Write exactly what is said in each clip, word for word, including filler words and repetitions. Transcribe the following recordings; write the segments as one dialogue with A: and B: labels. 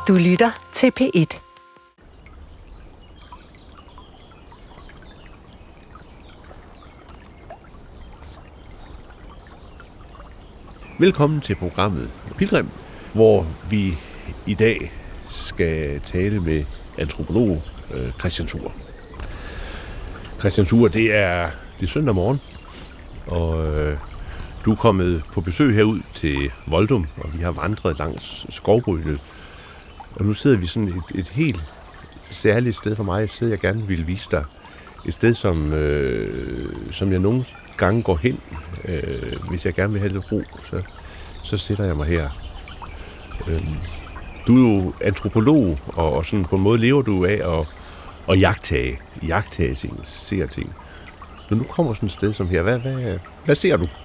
A: Du lytter til P et.
B: Velkommen til programmet Pilgrim, hvor vi i dag skal tale med antropolog øh, Christian Thur. Christian Thur, det er, det er søndag morgen, og øh, du er kommet på besøg herud til Voldum, og vi har vandret langs skovbrynet. Og nu sidder vi sådan et, et helt særligt sted for mig, et sted, jeg gerne vil vise dig. Et sted, som, øh, som jeg nogle gange går hen, øh, hvis jeg gerne vil have lidt ro, så, så sætter jeg mig her. Øh, du er jo antropolog, og, og sådan på en måde lever du af at, at jagttage, jagttage ting, ser ting. Når nu kommer sådan et sted som her, hvad, hvad, hvad ser du?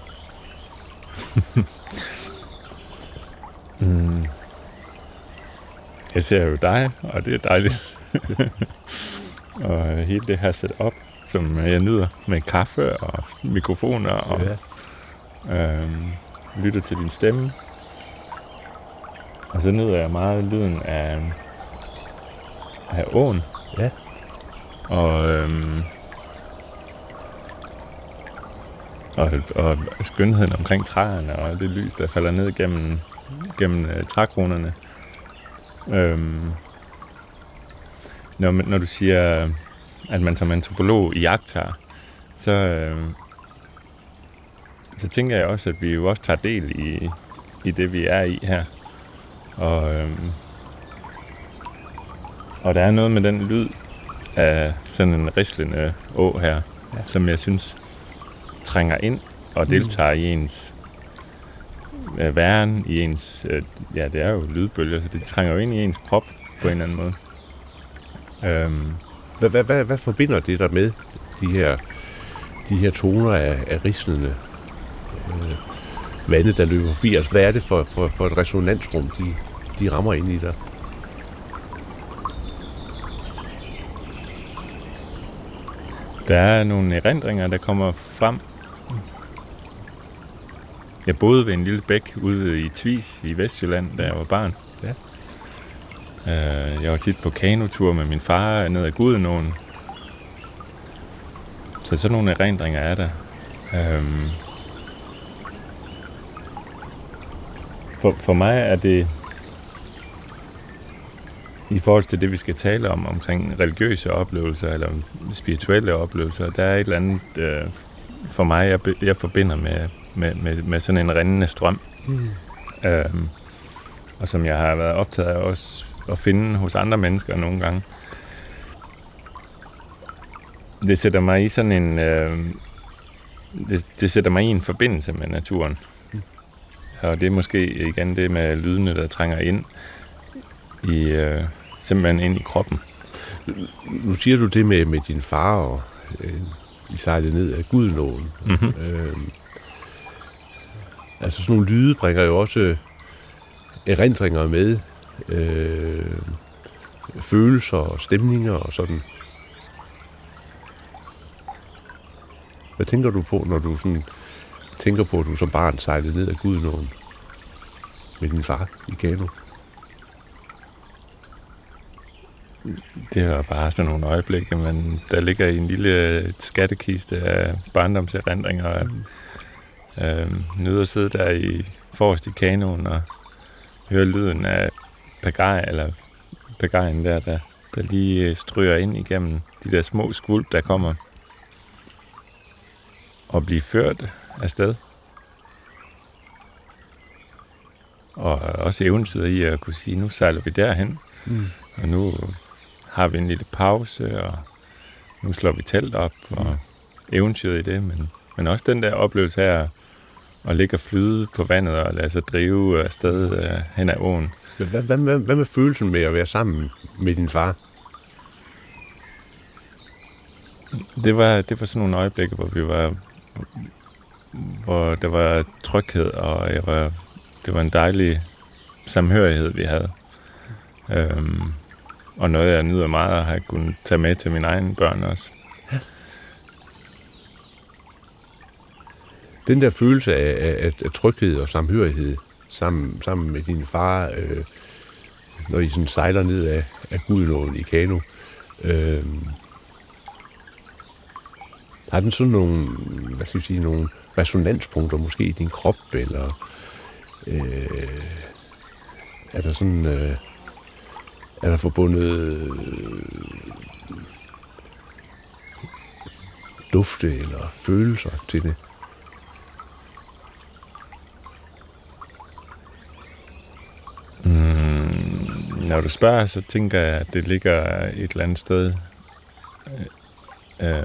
C: mm. Jeg ser jo dig, og det er dejligt. Og hele det her setup, som jeg nyder med kaffe og mikrofoner og ja. øhm, lytter til din stemme. Og så nyder jeg meget lyden af, af åen.
B: Ja.
C: Og, øhm, og, og skønheden omkring træerne og det lys, der falder ned gennem, gennem uh, trækronerne. Øhm, når, når du siger, at man som antropolog iagttager, så, øh, så tænker jeg også, at vi jo også tager del i, i det, vi er i her. Og, øh, og der er noget med den lyd af sådan en rislende å her, ja. Som jeg synes trænger ind og deltager mm. i ens øh, væren, i ens, øh, ja, det er jo lydbølger, så det trænger jo ind i ens krop på en eller anden måde. Øhm,
B: Hvad, hvad, hvad, hvad forbinder det der med de her, de her toner af, af rislende øh, vande, der løber forbi? Altså, hvad er det for, for, for et resonansrum, de, de rammer ind i dig?
C: Der er nogle erindringer, der kommer frem. Jeg boede ved en lille bæk ude i Tvis i Vestjylland, da jeg var barn.
B: Ja.
C: Jeg var tit på kanotur med min far ned ad Gudenåen. Så sådan nogle erindringer er der. Øhm for, for mig er det, i forhold til det, vi skal tale om, omkring religiøse oplevelser eller spirituelle oplevelser, der er et eller andet øh, for mig, jeg, jeg forbinder med, med, med, med sådan en rindende strøm. Mm. Øhm og som jeg har været optaget af også at finde hos andre mennesker nogle gange. Det sætter mig i sådan en øh, det, det sætter mig i en forbindelse med naturen. Mm. Og det er måske igen det med lydene, der trænger ind i øh, simpelthen ind i kroppen.
B: Nu siger du det med, med din far, og øh, I sejlede ned af Gudenåen.
C: Mm-hmm.
B: Øh, altså sådan nogle lyde bringer jo også erindringer med, øh, følelser og stemninger og sådan. Hvad tænker du på, når du sådan tænker på, at du som barn sejlede ned ad Gudenåen med din far i kano?
C: Det var bare sådan nogle øjeblikke, men der ligger i en lille skattekiste af barndomserindringer. Mm. Øh, nyder at sidde der i forrest i kanoen og høre lyden af pagaj, eller pagajen der, der, der lige stryger ind igennem de der små skvulp, der kommer, og blive ført afsted. Og også eventyret i at kunne sige, nu sejler vi derhen, mm. og nu har vi en lille pause, og nu slår vi telt op, og eventyret i det, men, men også den der oplevelse af at ligge og flyde på vandet og lade sig drive afsted uh, hen ad åen.
B: Hvad, hvad, hvad, hvad med følelsen med at være sammen med din far?
C: Det var, det var sådan nogle øjeblikke, hvor vi var, hvor der var tryghed, og jeg var, det var en dejlig samhørighed, vi havde. Øhm, og noget, jeg nyder meget at have kunnet tage med til mine egne børn også. Ja.
B: Den der følelse af, af, af tryghed og samhørighed sammen, sammen med din far, øh, når I sådan sejler ned af, af Gudenåen i kano. Øh, har den sådan nogle, hvad skal jeg sige, nogle resonanspunkter måske i din krop, eller øh, er der sådan, øh, er der forbundet øh, dufte eller følelser til det?
C: Mm, når du spørger, så tænker jeg, at det ligger et eller andet sted øh, øh,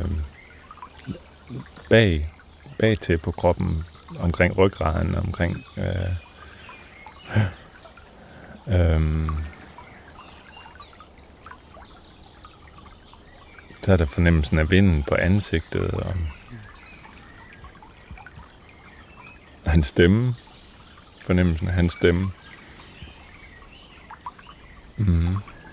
C: bag, bag til på kroppen, omkring ryggraden, omkring øh, øh, så er der fornemmelsen af vinden på ansigtet, og hans stemme, fornemmelsen af hans stemme. Mm.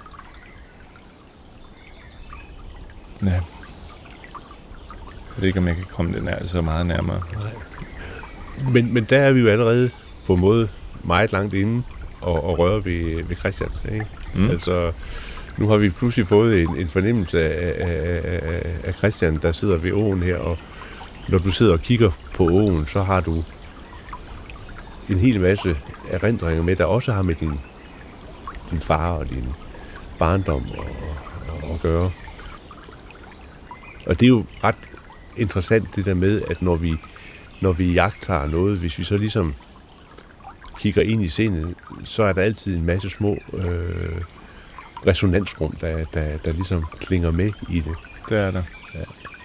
C: Ja. Jeg ved ikke, om jeg kan komme det nær, så meget nærmere.
B: Men, men der er vi jo allerede på en måde meget langt inde og, og røre ved, ved Christian. Ikke? Mm. Altså, nu har vi pludselig fået en, en fornemmelse af, af, af, af Christian, der sidder ved åen her, og når du sidder og kigger på åen, så har du en hel masse erindringer med, der også har med din, din far og din barndom at, at, at gøre. Og det er jo ret interessant det der med, at når vi, når vi jagter noget, hvis vi så ligesom kigger ind i sindet, så er der altid en masse små øh, resonansrum, der, der, der ligesom klinger med i det.
C: Det er der.
B: Ja.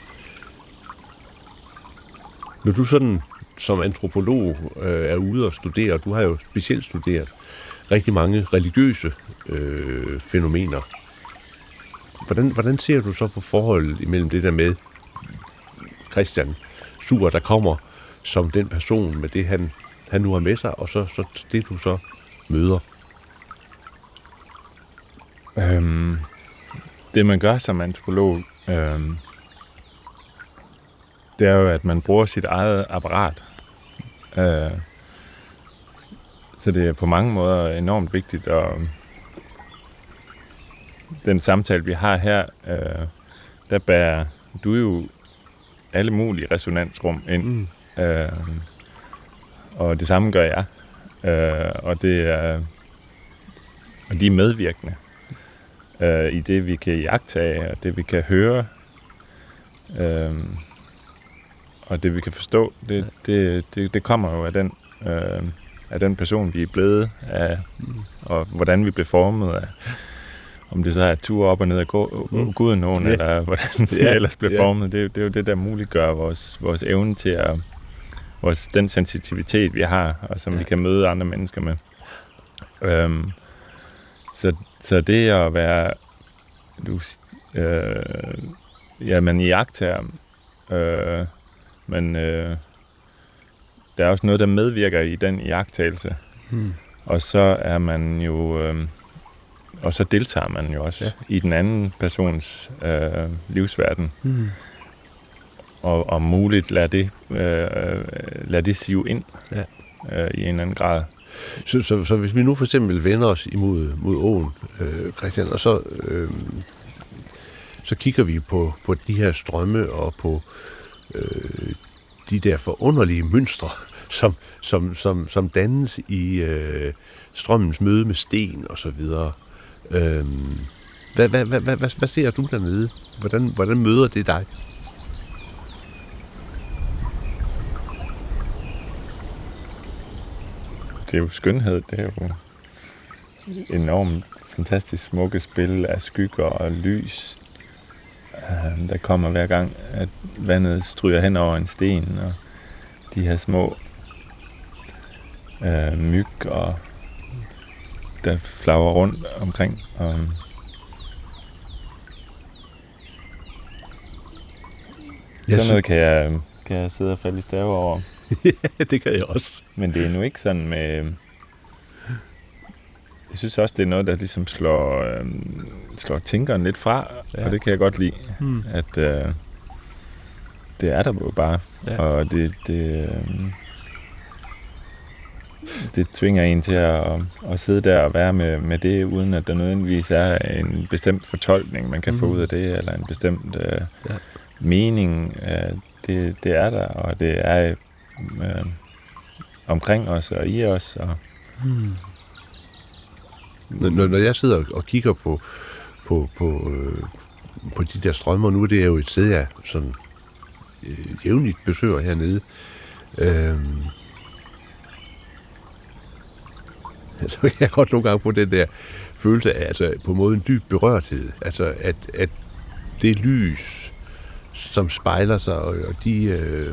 B: Når du sådan som antropolog øh, er ude og studere, du har jo specielt studeret rigtig mange religiøse øh, fænomener. Hvordan, hvordan ser du så på forholdet imellem det der med Christian Suhr, der kommer som den person med det, han, han nu har med sig, og så, så det, du så møder?
C: Øhm, det, man gør som antropolog, øhm, det er jo, at man bruger sit eget apparat. Øh, så det er på mange måder enormt vigtigt, og den samtale, vi har her, øh, der bærer du jo alle mulige resonansrum ind. Mm. Øh, og det samme gør jeg. Øh, og det er og de er medvirkende øh, i det, vi kan iagttage, og det, vi kan høre, øh, og det, vi kan forstå. Det, det, det, det kommer jo af den, øh, af den person, vi er blevet af, og hvordan vi blev formet af. Om det så er tur op og ned af mm. Gudenåen, yeah. eller hvordan vi yeah. ellers blev yeah. formet. Det, det er jo det, der muliggør vores, vores evne til at, vores, den sensitivitet, vi har, og som yeah. vi kan møde andre mennesker med. Øhm, så, så det at være, du, øh, ja, man iagttager, øh, men øh, der er også noget, der medvirker i den iagttagelse. Mm. Og så er man jo... Øh, Og så deltager man jo også ja. i den anden persons øh, livsverden. Mm. Og om muligt lader det, øh, lad det sive ind ja. øh, i en eller anden grad.
B: Så, så, så hvis vi nu for eksempel vender os imod mod åen, øh, Christian, og så, øh, så kigger vi på, på de her strømme og på øh, de der forunderlige mønstre, som, som, som, som dannes i øh, strømmens møde med sten og så videre. Øhm, hvad, hvad, hvad, hvad, hvad ser du dernede? Hvordan, hvordan møder det dig?
C: Det er jo skønhed. Det er jo enormt fantastisk smukke spil af skygger og lys, øh, der kommer hver gang, at vandet stryger hen over en sten, og de her små øh, myg og der flagrer rundt omkring. Um, sådan noget kan jeg, kan jeg sidde og falde i stave over.
B: Ja, det kan jeg også.
C: Men det er nu ikke sådan med... Jeg synes også, det er noget, der ligesom slår, øhm, slår tænkeren lidt fra, ja. Og det kan jeg godt lide. Hmm. At øh, det er der jo bare. Ja. Og det... det øh, det tvinger en til at, at sidde der og være med, med det, uden at der nødvendigvis er en bestemt fortolkning, man kan mm. få ud af det, eller en bestemt øh, ja. mening. Øh, det, det er der, og det er øh, omkring os og i os. Og
B: mm. når, når jeg sidder og kigger på, på, på, øh, på de der strømmer, nu er det jo et sted, jeg sådan øh, jævnligt besøger hernede, øh, så kan jeg godt nogle gange få den der følelse af, altså på en måde en dyb berørthed. Altså at, at det lys, som spejler sig, og, og de øh,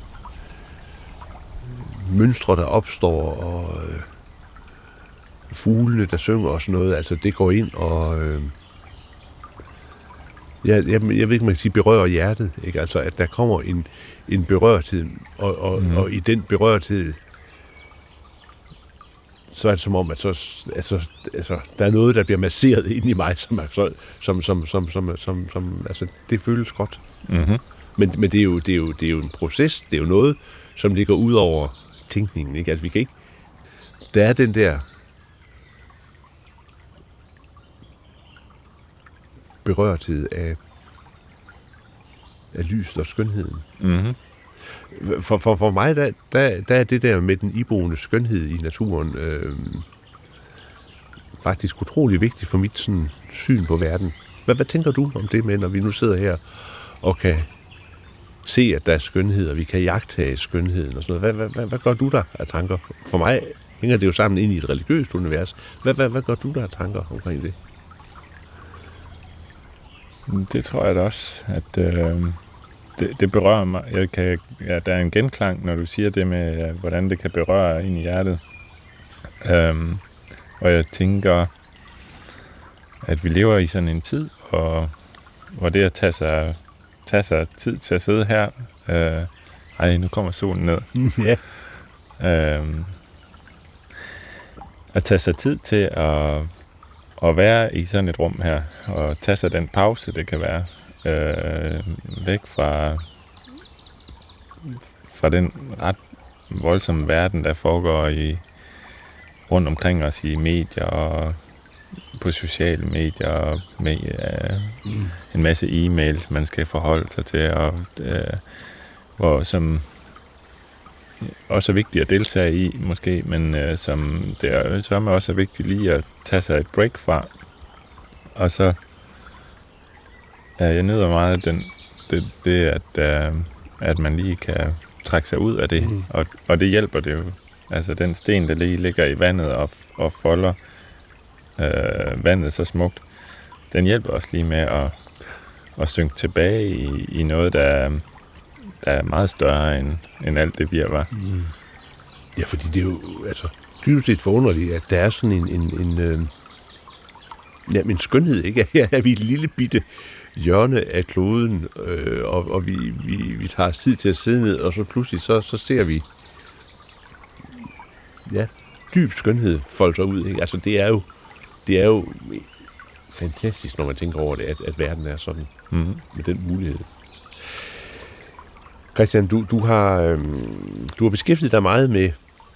B: mønstre, der opstår, og øh, fuglene, der synger og sådan noget, altså det går ind og... Øh, jeg, jeg, jeg ved ikke, man kan sige berører hjertet, ikke? Altså at der kommer en, en berørthed, og, og, mm. og i den berørthed, så er det som om, at så, altså, altså, der er noget, der bliver masseret ind i mig, som, er, så, som, som, som, som, som, som altså, det føles godt.
C: Mm-hmm.
B: Men, men det, er jo, det, er jo, det er jo en proces, det er jo noget, som ligger ud over tænkningen, ikke? Altså, vi kan ikke... Der er den der berørthed af, af lyset og skønheden.
C: Mm-hmm.
B: For, for, for mig, der, der, der er det der med den iboende skønhed i naturen øh, faktisk utrolig vigtigt for mit sådan, syn på verden. Hvad, hvad tænker du om det med, når vi nu sidder her og kan se, at der er skønhed, og vi kan jagtage skønheden og sådan noget? Hvad, hvad, hvad, hvad gør du der af tanker? For mig hænger det jo sammen ind i et religiøst univers. Hvad, hvad, hvad gør du der af tanker omkring det?
C: Det tror jeg da også, at... Øh Det, det berører mig. Jeg kan, ja, der er en genklang, når du siger det med, ja, hvordan det kan berøre ind i hjertet. Øhm, og jeg tænker, at vi lever i sådan en tid, og, hvor det at tage sig, tage sig tid til at sidde her... Øh, ej, nu kommer solen ned.
B: Ja.
C: øhm, at tage sig tid til at, at være i sådan et rum her, og tage sig den pause, det kan være. Øh, væk fra fra den ret voldsomme verden, der foregår i rundt omkring os i medier og på sociale medier og med øh, mm. en masse e-mails, man skal forholde sig til, og øh, hvor som også er vigtigt at deltage i, måske, men øh, som det er, som også er vigtigt lige at tage sig et break fra, og så ja, jeg nyder meget den, det, det at, øh, at man lige kan trække sig ud af det, mm. og, og det hjælper det jo. Altså den sten, der lige ligger i vandet og, og folder øh, vandet så smukt, den hjælper os lige med at, at synke tilbage i, i noget, der, der er meget større end, end alt det, vi var.
B: Mm. Ja, fordi det er jo altså, dybest set forunderligt, at der er sådan en, en, en, øh, ja, en skønhed, ikke? Her er vi et lille bitte hjørne af kloden, øh, og, og vi, vi, vi tager os tid til at sidde ned, og så pludselig så, så ser vi ja, dyb skønhed folde sig ud, ikke? Altså det er jo det er jo fantastisk, når man tænker over det, at, at verden er sådan,
C: mm-hmm.
B: med den mulighed. Christian, du, du har øh, du har beskæftiget dig meget med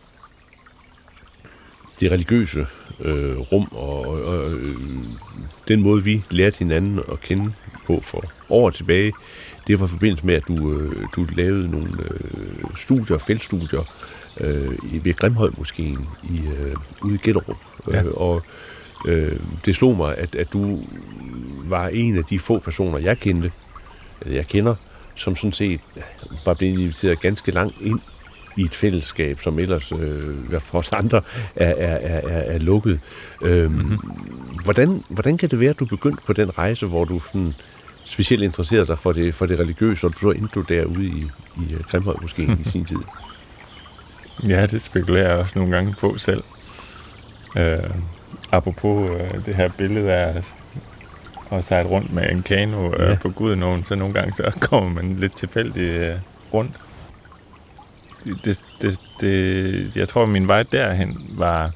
B: det religiøse øh, rum, og, og, og øh, den måde, vi lærte hinanden at kende på for år tilbage, det var i forbindelse med, at du, øh, du lavede nogle øh, studier, feltstudier, øh, ved Grimhøjmoskeen i, øh, ude i Gellerup. Ja. Øh, og øh, det slog mig, at, at du var en af de få personer, jeg kendte, eller jeg kender, som sådan set var blevet inviteret ganske langt ind i et fællesskab, som ellers øh, for os andre er, er, er, er lukket. Øhm, mm-hmm. hvordan, hvordan kan det være, at du begyndte på den rejse, hvor du sådan specielt interesserede dig for det, for det religiøse, og du så endte du derude i, i Grimhøjmoskeen i sin tid?
C: Ja, det spekulerer jeg også nogle gange på selv. Øh, apropos øh, det her billede af at sejle rundt med en kano øh, ja. på Gudenåen, så nogle gange så kommer man lidt tilfældigt øh, rundt. Det, det, det, jeg tror, min vej derhen var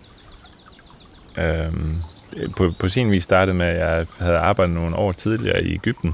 C: øhm, på, på sin vis startede med, at jeg havde arbejdet nogle år tidligere i Egypten,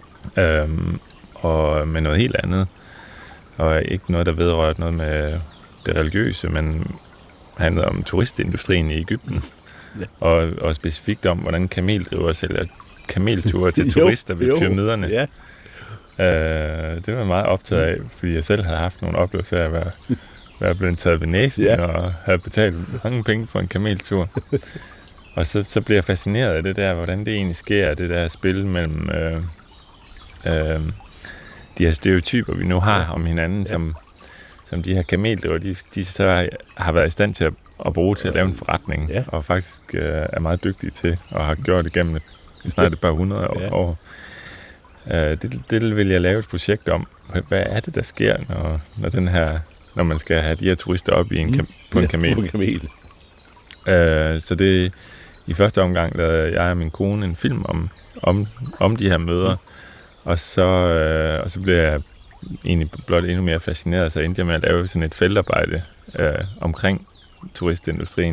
C: øhm, og med noget helt andet, og ikke noget, der vedrørte noget med det religiøse, men handlede om turistindustrien i Egypten. Ja. Og, og specifikt om, hvordan kameldriver sælger kamelture til turister ved pyramiderne.
B: Ja.
C: Uh, det var jeg meget optaget af, fordi jeg selv havde haft nogle oplevelser af at være, være blevet taget ved næsen ja. og havde betalt mange penge for en kameltur. Og så, så blev jeg fascineret af det der, hvordan det egentlig sker, det der spil mellem øh, øh, de her stereotyper, vi nu har om hinanden, ja. som, som de her kameldriver, de, de så har været i stand til at, at bruge til at lave en forretning, ja. og faktisk øh, er meget dygtige til, og har gjort det gennem snart et par hundrede ja. år. Uh, det, det vil jeg lave et projekt om. Hvad er det, der sker, når, når, den her, når man skal have de her turister op i en kam- på en kamel? Ja, på en kamel. Uh, så det i første omgang lavede jeg og min kone en film om, om, om de her møder, mm. og, så, uh, og så blev jeg egentlig blot endnu mere fascineret, så endte jeg med at lave sådan et feltarbejde uh, omkring turistindustrien.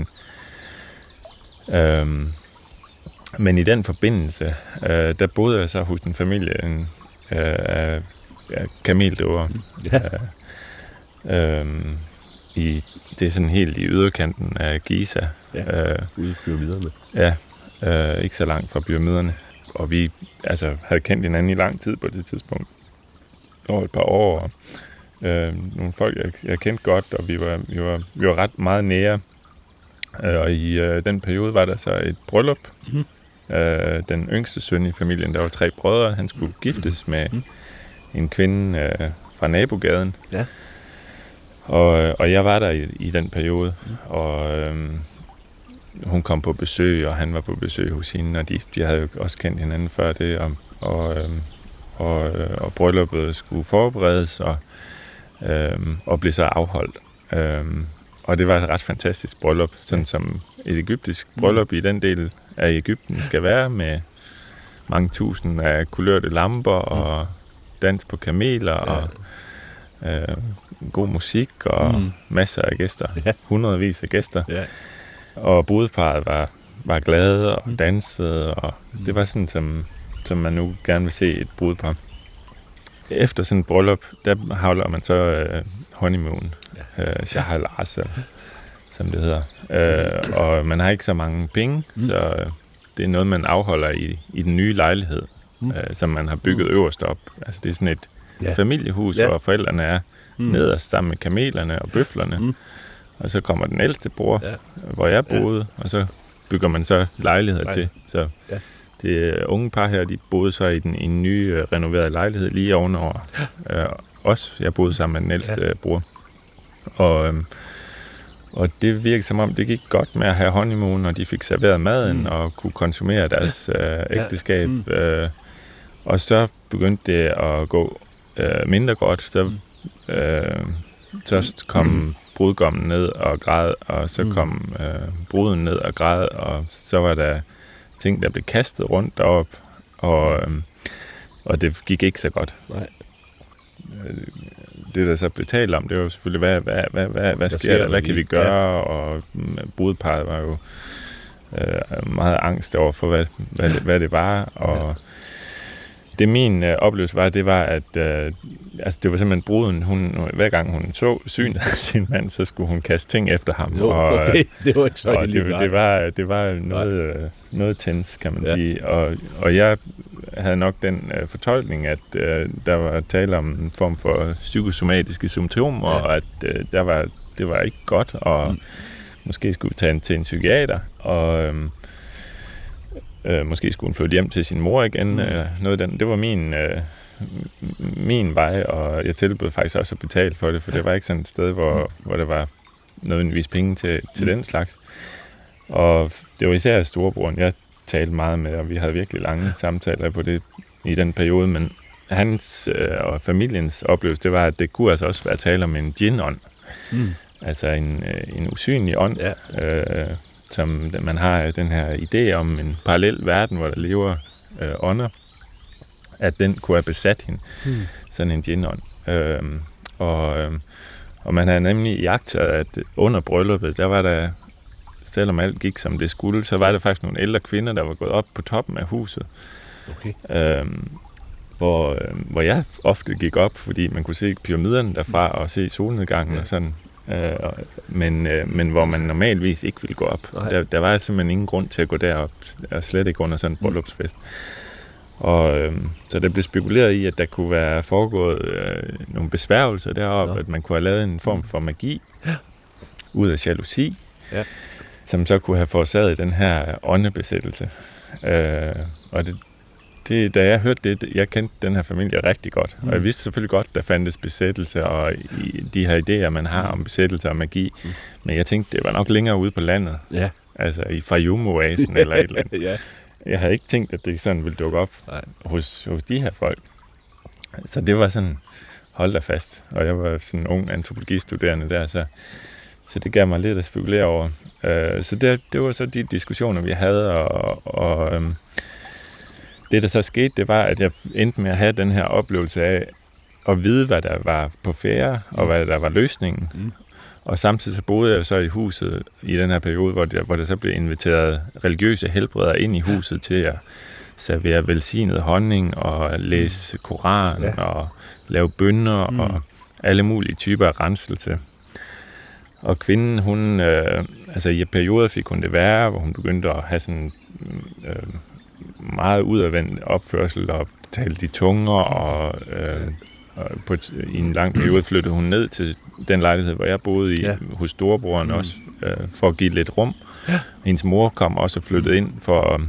C: Uh, Men i den forbindelse, øh, der boede jeg så hos en familie en, øh, af, af kameldriver. Ja. Øh, øh, i, det er sådan helt i yderkanten af Giza.
B: Ja, øh, ude i pyramiderne.
C: Ja, øh, ikke så langt fra pyramiderne. Og vi altså, havde kendt hinanden i lang tid på det tidspunkt. Over et par år. Og, øh, nogle folk, jeg, jeg kendte godt, og vi var, vi var, vi var ret meget nære. Øh, og i øh, den periode var der så et bryllup. Mm-hmm. Øh, den yngste søn i familien, der var tre brødre, han skulle giftes med mm. en kvinde øh, fra nabogaden. Ja. Og, og jeg var der i, i den periode, mm. og øh, hun kom på besøg, og han var på besøg hos hende, og de, de havde jo også kendt hinanden før det, og, og, øh, og, og brylluppet skulle forberedes, og, øh, og blev så afholdt. Øh, og det var et ret fantastisk bryllup, sådan som et egyptisk bryllup mm. i den del af Egypten skal være, med mange tusind af kulørte lamper og dans på kameler og øh, god musik og mm. masser af gæster, ja. hundredvis af gæster. Ja. Og brudeparret var, var glade og dansede, og mm. det var sådan, som, som man nu gerne vil se et brudepar. Efter sådan et bryllup, der holder man så øh, honeymoon, ja. øh, Shahal Asal, som det hedder. Øh, og man har ikke så mange penge, mm. så øh, det er noget, man afholder i, i den nye lejlighed, mm. øh, som man har bygget mm. øverst op. Altså det er sådan et ja. familiehus, ja. hvor forældrene er mm. nederst sammen med kamelerne og bøflerne. Mm. Og så kommer den ældste bror, ja. hvor jeg boede, ja. og så bygger man så lejligheder Nej. til. Så ja. det unge par her, de boede så i den i en ny, øh, renoveret lejlighed lige ovenover. Ja. Øh, også, jeg boede sammen med den ældste ja. bror. Og... Øh, Og det virkede som om, det gik godt med at have honeymoon, og de fik serveret maden mm. og kunne konsumere deres øh, ægteskab. Ja. Mm. Øh, og så begyndte det at gå øh, mindre godt. Så, øh, så kom mm. brudgommen ned og græd, og så mm. kom øh, bruden ned og græd, og så var der ting, der blev kastet rundt derop, og, øh, og det gik ikke så godt. Nej. Det, der så blev talt om, det var selvfølgelig, hvad, hvad, hvad, hvad, hvad sker der, hvad kan vi gøre, ja. og brudeparret var jo øh, meget angst over for, hvad, hvad, det, hvad det var, og ja. det min øh, oplevelse var, det var, at øh, altså, det var simpelthen bruden, hun, hver gang hun så synet af sin mand, så skulle hun kaste ting efter ham.
B: Jo, og, okay. Det var ikke så
C: og det, det, var, det var noget, øh, noget tens, kan man ja. sige, og, og jeg havde nok den øh, fortolkning, at øh, der var tale om en form for psykosomatiske symptomer, ja. og at øh, der var, det var ikke godt, og mm. måske skulle vi tage en til en psykiater, og øh, øh, måske skulle hun flytte hjem til sin mor igen. Mm. Øh, noget den. Det var min, øh, min vej, og jeg tilbød faktisk også at betale for det, for det var ikke sådan et sted, hvor, mm. hvor der var nødvendigvis penge til, til mm. den slags. Og det var især storebroren, jeg talte meget med, og vi havde virkelig lange samtaler på det i den periode, men hans øh, og familiens oplevelse, det var, at det kunne altså også være tale om en djinn-ånd. Mm. Altså en, øh, en usynlig ånd, ja. øh, som man har den her idé om en parallel verden, hvor der lever øh, ånder, at den kunne have besat hende, mm. sådan en djinn-ånd. Øh, og, øh, og man havde nemlig iagttaget, at under brylluppet, der var der, selvom alt gik som det skulle, så var der faktisk nogle ældre kvinder, der var gået op på toppen af huset. Okay. Øhm, hvor, øh, hvor jeg ofte gik op, fordi man kunne se pyramiderne derfra og se solnedgangen ja. og sådan øh, men, øh, men hvor man normalvis ikke ville gå op. Der, der var simpelthen ingen grund til at gå derop, og slet ikke under sådan en bryllupsfest. Og øh, så der blev spekuleret i, at der kunne være foregået øh, nogle besværgelser deroppe, ja. At man kunne have lavet en form for magi ja. Ud af jalousi, ja. Som så kunne have forårsaget den her åndebesættelse. Øh, og det, det, da jeg hørte det, jeg kendte den her familie rigtig godt, mm. og jeg vidste selvfølgelig godt, der fandtes besættelse og i, de her idéer, man har om besættelse og magi, mm. men jeg tænkte, det var nok længere ude på landet, ja. Altså i Fayum-oasen eller et eller andet. Ja. Jeg havde ikke tænkt, at det sådan ville dukke op hos, hos de her folk. Så det var sådan, hold da fast. Og jeg var sådan en ung antropologistuderende der, så, så det gav mig lidt at spekulere over. Uh, så det, det var så de diskussioner, vi havde, og, og um, det, der så skete, det var, at jeg endte med at have den her oplevelse af at vide, hvad der var på færde, og hvad der var løsningen. Mm. Og samtidig så boede jeg så i huset i den her periode, hvor der, hvor der så blev inviteret religiøse helbredere ind i huset til at servere velsignet honning og læse Koran ja. Og lave bønner mm. og alle mulige typer af renselse. Og kvinden, hun, øh, altså i perioder fik hun det værre, hvor hun begyndte at have sådan øh, meget udadvendt opførsel og talte i tunger og... Øh, Og på et, i en lang periode flyttede hun ned til den lejlighed, hvor jeg boede i, ja. Hos storebroren mm. også, øh, for at give lidt rum. Ja. Hendes mor kom også og flyttede ind for at,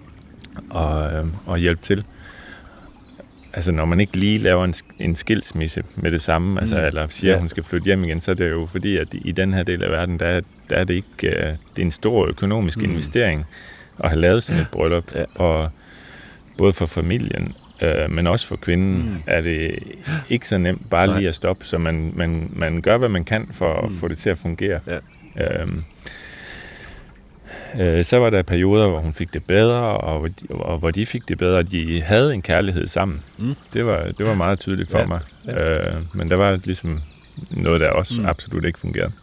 C: og, øh, at hjælpe til. Altså, når man ikke lige laver en, en skilsmisse med det samme, mm. altså, eller siger, ja. At hun skal flytte hjem igen, så er det jo fordi, at i den her del af verden, der, der er det ikke øh, det er en stor økonomisk mm. investering at have lavet sådan et bryllup. Ja. Og både for familien, men også for kvinden mm. er det ikke så nemt bare Nej. Lige at stoppe, så man, man, man gør, hvad man kan for at mm. få det til at fungere. Ja. Øhm, øh, så var der perioder, hvor hun fik det bedre, og hvor de, og hvor de fik det bedre. De havde en kærlighed sammen. Mm. Det var, det var meget tydeligt for ja. Mig. Ja. Øh, men der var ligesom noget, der også mm. absolut ikke fungerede.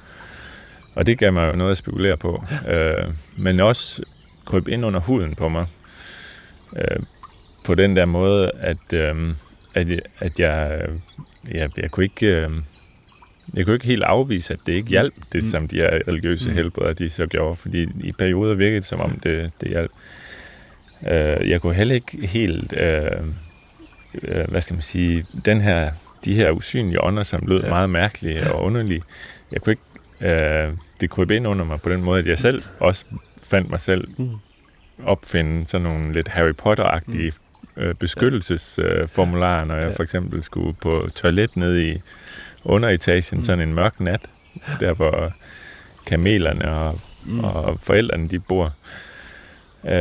C: Og det gav mig jo noget at spekulere på. Ja. Øh, men også kryb ind under huden på mig. Øh, på den der måde, at, øhm, at, at jeg, jeg, jeg, kunne ikke, øhm, jeg kunne ikke helt afvise, at det ikke hjalp, det som de her religiøse mm. helbredere, de så gjorde, fordi i perioder virkede det, som om det, det hjalp. Øh, jeg kunne heller ikke helt, øh, øh, hvad skal man sige, den her, de her usynlige ånder, som lød ja. Meget mærkelige og underlige, jeg kunne ikke, øh, det krybe ind under mig på den måde, at jeg selv også fandt mig selv opfinde sådan nogle lidt Harry Potter-agtige øh, beskyttelsesformularer, øh, når jeg for eksempel skulle på toilet nede i underetagen, mm. sådan en mørk nat, der hvor kamelerne og, mm. og forældrene, de bor. Øh,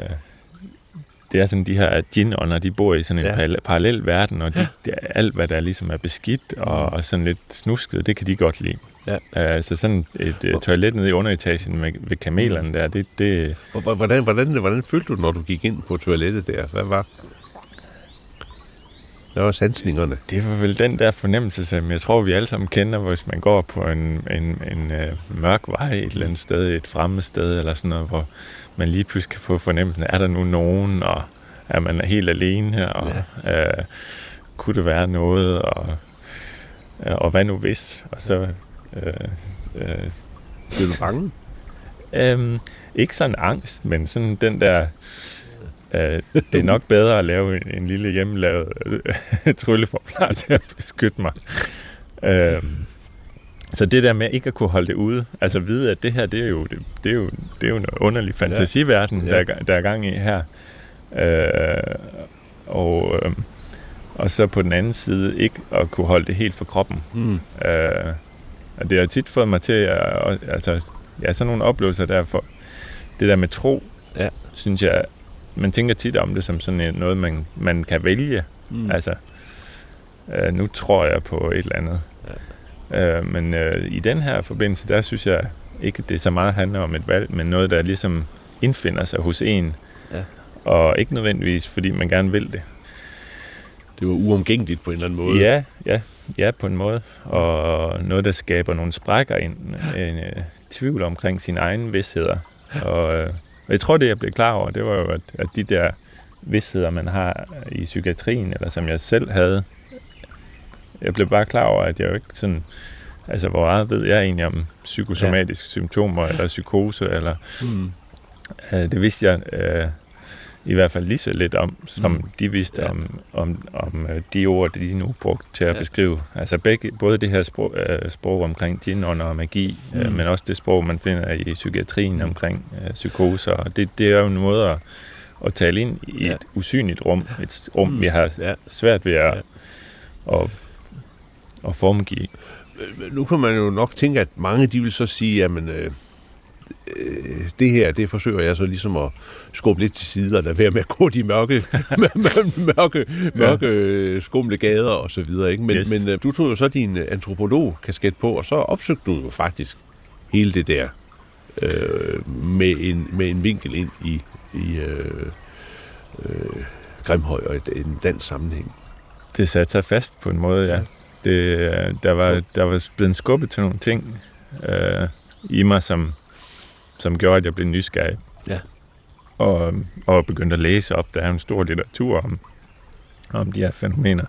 C: det er sådan, de her djinn-ånder, de bor i sådan en ja. Parallel verden, og de, det, alt, hvad der ligesom er beskidt og, og sådan lidt snusket, det kan de godt lide. Ja. Uh, så sådan et uh, toilet nede i underetagen med, ved kamelerne der, det... det
B: hvordan, hvordan, hvordan følte du, når du gik ind på toilettet der? Hvad var... Hvad var sansningerne?
C: Det var vel den der fornemmelse, som jeg tror, vi alle sammen kender, hvis man går på en, en, en uh, mørk vej et eller andet sted, et fremmed sted eller sådan noget, hvor man lige pludselig kan få fornemmelsen, er der nu nogen, og er man helt alene, og ja. uh, kunne det være noget, og, uh, og hvad nu hvis? Og så... Øh, øh,
B: Bliver du bange?
C: Øhm, ikke sådan angst, men sådan den der... Øh, det er nok bedre at lave en, en lille hjemmelavet øh, trylleformular til at beskytte mig. Øh, så det der med ikke at kunne holde det ude, altså vide, at det her, det er jo, det, det er jo, det er jo en underlig fantasiverden, ja. Ja. Der, der er gang i her. Øh, og... Øh, og så på den anden side ikke at kunne holde det helt for kroppen. Mm. Øh, Og det har tit fået mig til at, altså, ja, sådan nogle oplevelser derfor. Det der med tro, ja. Synes jeg, man tænker tit om det som sådan noget, man, man kan vælge. Mm. Altså, øh, nu tror jeg på et eller andet. Ja. Øh, men øh, i den her forbindelse, der synes jeg ikke, at det så meget handler om et valg, men noget, der ligesom indfinder sig hos en. Ja. Og ikke nødvendigvis, fordi man gerne vil det.
B: Det var uomgængeligt på en eller anden måde.
C: Ja, ja. Ja, på en måde. Og noget, der skaber nogle sprækker, en, en, en tvivl omkring sine egne vidsheder. Og øh, jeg tror, det jeg blev klar over, det var jo, at, at de der vidsheder, man har i psykiatrien, eller som jeg selv havde, jeg blev bare klar over, at jeg jo ikke sådan altså hvor meget ved jeg egentlig om psykosomatiske ja. symptomer, eller psykose, eller mm. øh, det vidste jeg øh, i hvert fald lige så lidt om, som mm. de vidste ja. om, om, om de ord, de nu brugte til at ja. beskrive. Altså begge, både det her sprog, øh, sprog omkring djinånder og magi, mm. øh, men også det sprog, man finder i psykiatrien omkring øh, psykoser. Og det, det er jo en måde at, at tale ind i ja. et usynligt rum, et rum, mm. vi har ja. svært ved at, ja. at, at formgive.
B: Nu kan man jo nok tænke, at mange de vil så sige, jamen øh, det her, det forsøger jeg så ligesom at skubbe lidt til side, og lade være med at gå de mørke, mørke, mørke ja. skumle gader og så videre, ikke? Men, yes. men du tog jo så din antropolog-kasket på, og så opsøgte du jo faktisk hele det der øh, med, en, med en vinkel ind i, i øh, øh, Grimhøj og et, en dansk sammenhæng.
C: Det satte sig fast på en måde, ja. Det, der, var, der var blevet skubbet til nogle ting øh, i mig, som, som gjorde, at jeg blev nysgerrig.
B: Ja.
C: Og, og begyndte at læse op. Der er en stor litteratur om, om de her fænomener.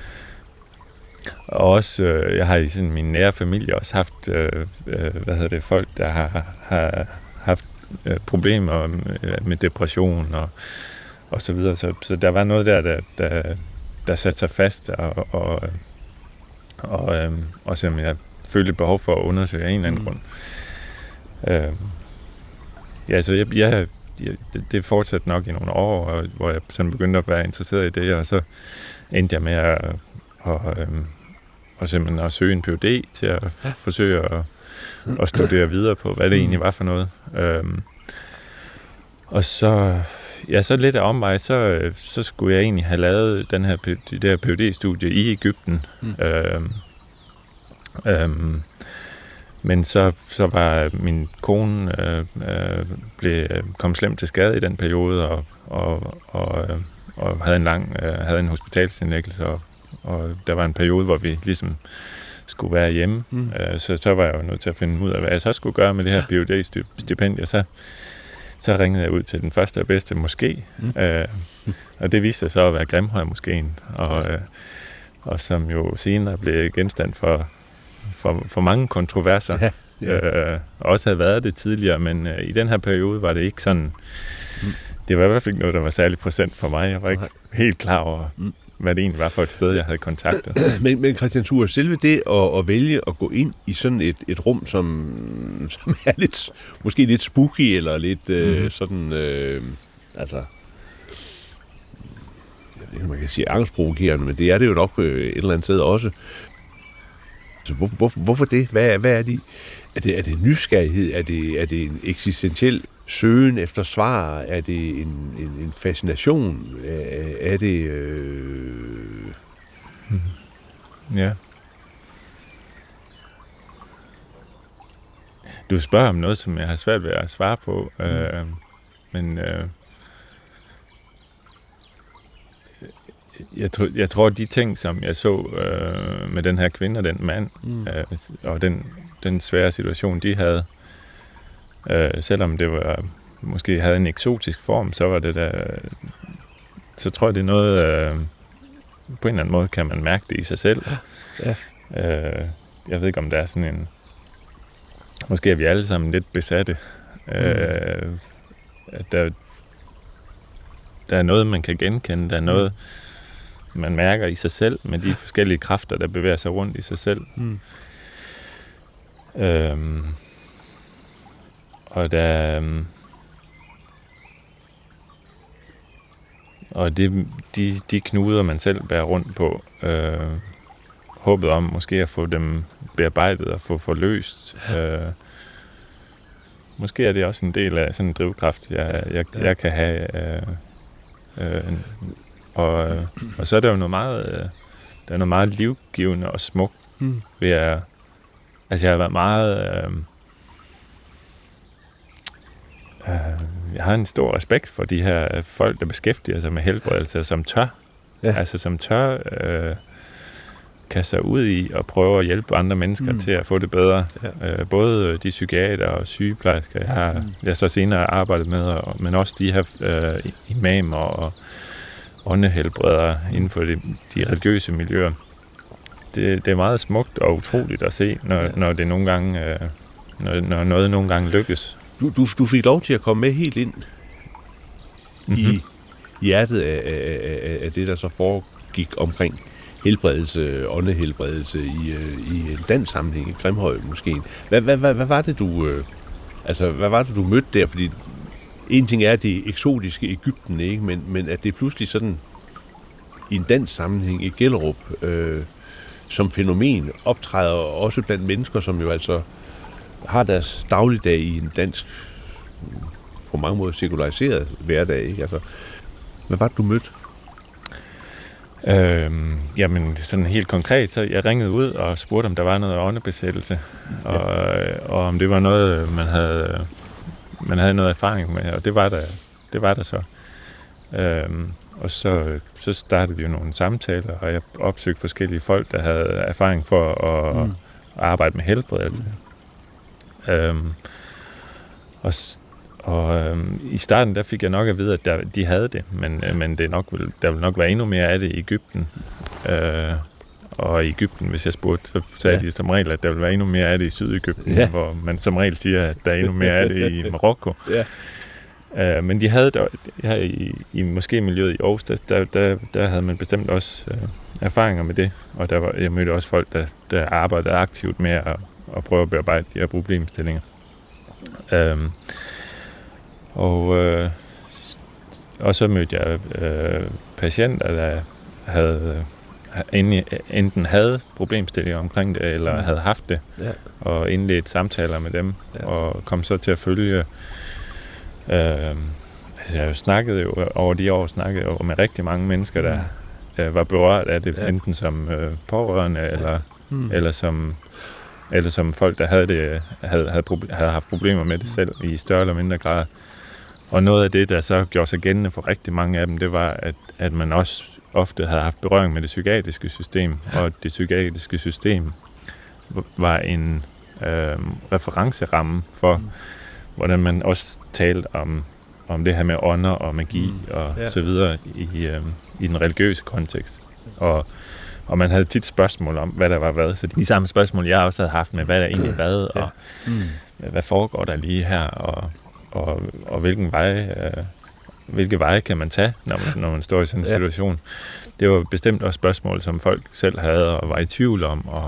C: Og også, øh, jeg har i sådan, min nære familie også haft øh, øh, hvad hedder det, folk, der har, har haft øh, problemer med, med depression og, og så videre. Så, så der var noget der, der, der, der satte sig fast, og, og og øhm, også om jeg følte et behov for at undersøge af en eller anden mm. grund. Øhm, ja, så jeg, jeg, jeg, det, det fortsatte nok i nogle år, og, hvor jeg sådan begyndte at være interesseret i det, og så endte jeg med at, og, øhm, og simpelthen at søge en P H D til at ja. forsøge at, at studere videre på, hvad det egentlig var for noget. Øhm, og så, ja, så lidt af omvej, så, så skulle jeg egentlig have lavet den her, det der P H D-studie i Egypten. Mm. Øhm, øhm, men så, så var min kone øh, øh, blev, kom slemt til skade i den periode, og, og, og, og havde en lang øh, havde en hospitalsindlæggelse, og, og der var en periode, hvor vi ligesom skulle være hjemme. Mm. Øh, så, så var jeg jo nødt til at finde ud af, hvad jeg så skulle gøre med det her P H D-stipendie. Så Så ringede jeg ud til den første og bedste moské, mm. øh, og det viste sig så at være Grimhøj-moskéen, og, øh, og som jo senere blev genstand for, for, for mange kontroverser, ja, ja. Øh, også havde været det tidligere, men øh, i den her periode var det ikke sådan, mm. det var i hvert fald ikke noget, der var særlig præsent for mig. Jeg var ikke Nej. helt klar over, mm. hvad det egentlig var for et sted, jeg havde kontaktet.
B: Men, men Christian Thur, selve det at, at vælge at gå ind i sådan et, et rum, som, som er lidt, måske lidt spooky, eller lidt mm. øh, sådan, øh, altså, jeg ved ikke, man kan sige angstprovokerende, men det er det jo nok øh, et eller andet sted også. Så hvor, hvor, hvorfor det? Hvad, hvad er det? Er det, er det nysgerrighed? Er det, er det en eksistentiel søgen efter svar? Er det en, en, en fascination? Er, er det... Øh...
C: Hmm. Ja. Du spørger om noget, som jeg har svært ved at svare på, mm. øh, men øh, jeg, tror, jeg tror, de ting, som jeg så øh, med den her kvinde og den mand, mm. øh, og den, den svære situation, de havde, øh, selvom det var måske havde en eksotisk form, så var det der, så tror jeg, det er noget, øh, på en eller anden måde kan man mærke det i sig selv. Ja. Øh, jeg ved ikke, om der er sådan en, måske er vi alle sammen lidt besatte, mm. øh, at der, der er noget, man kan genkende, der er noget, man mærker i sig selv, med de forskellige kræfter, der bevæger sig rundt i sig selv. Mm. Øhm, og der øhm, og det, de, de knuder, man selv bærer rundt på, øh, håbet om måske at få dem bearbejdet og få forløst. Øh, måske er det også en del af sådan en drivkraft, jeg, jeg, jeg kan have. Øh, øh, og, og så er der jo noget meget, øh, der er noget meget livgivende og smukt mm. ved at, altså jeg har været meget, øh, øh, jeg har en stor respekt for de her folk, der beskæftiger sig med helbredelse, som tør, ja. altså som tør øh, kaste sig ud i og prøve at hjælpe andre mennesker mm. til at få det bedre. Ja. Øh, både de psykiater og sygeplejersker, jeg har mm. jeg så senere arbejdet med, og, men også de her øh, imamer og åndehelbredere inden for de, de religiøse miljøer. det, det er meget smukt og utroligt at se, når, ja. når det nogle gange, øh, når, når noget nogle gange lykkes.
B: Du, du, du fik lov til at komme med helt ind mm-hmm. i hjertet af, af, af, af det, der så foregik omkring helbredelse, åndehelbredelse i, i en dansk sammenhæng, i Grimhøj måske. Hvad, hvad, hvad, hvad var det, du, øh, altså, hvad var det, du mødte der? Fordi en ting er det eksotiske Egypten, ikke? Men, men at det pludselig sådan i en dansk sammenhæng i Gellerup øh, som fænomen optræder også blandt mennesker, som jo altså har deres dagligdag i en dansk, på mange måder sekulariseret hverdag, ikke? Altså, hvad var det, du mødte?
C: Øhm, jamen, sådan helt konkret, så jeg ringede ud og spurgte, om der var noget åndebesættelse, ja. og, og om det var noget, man havde, man havde noget erfaring med, og det var der, det var der så. Øhm, og så, så startede vi jo nogle samtaler, og jeg opsøgte forskellige folk, der havde erfaring for at mm. arbejde med helbredelse. Mm. Øhm, og Og øhm, i starten, der fik jeg nok at vide, at der, de havde det, men, øh, men det nok vil, der vil nok være endnu mere af det i Egypten. Øh, og i Egypten, hvis jeg spurgte, så sagde ja. de som regel, at der vil være endnu mere af det i Syd-Egypten, ja. hvor man som regel siger, at der er endnu mere af det i Marokko. Ja. Øh, men de havde der, her i, i måske miljøet i Aarhus, der, der, der, der havde man bestemt også øh, erfaringer med det, og der var, jeg mødte også folk, der, der arbejdede aktivt med at, at prøve at bearbejde de her problemstillinger. Øh, Og, øh, og så mødte jeg øh, patienter, der havde, enten havde problemstillinger omkring det, eller havde haft det, ja. og indledt samtaler med dem, ja. og kom så til at følge. Øh, altså jeg snakkede jo over de år, snakkede jo med rigtig mange mennesker, der øh, var berørt af det, ja. enten som øh, pårørende, ja. eller, mm. eller som... eller som folk, der havde, det, havde, havde, proble- havde haft problemer med det selv i større eller mindre grad. Og noget af det, der så gjorde sig gældende for rigtig mange af dem, det var, at, at man også ofte havde haft berøring med det psykiatriske system, ja. og det psykiatriske system var en øh, referenceramme for, mm. hvordan man også talte om, om det her med ånder og magi mm. og ja. så videre i, øh, i den religiøse kontekst. Og Og man havde tit spørgsmål om, hvad der var hvad. Så de samme spørgsmål, jeg også havde haft med, hvad der egentlig hvad, og ja. mm. hvad foregår der lige her, og, og, og hvilken vej, øh, hvilke veje kan man tage, når man, når man står i sådan en ja. situation. Det var bestemt også spørgsmål, som folk selv havde og var i tvivl om. Og,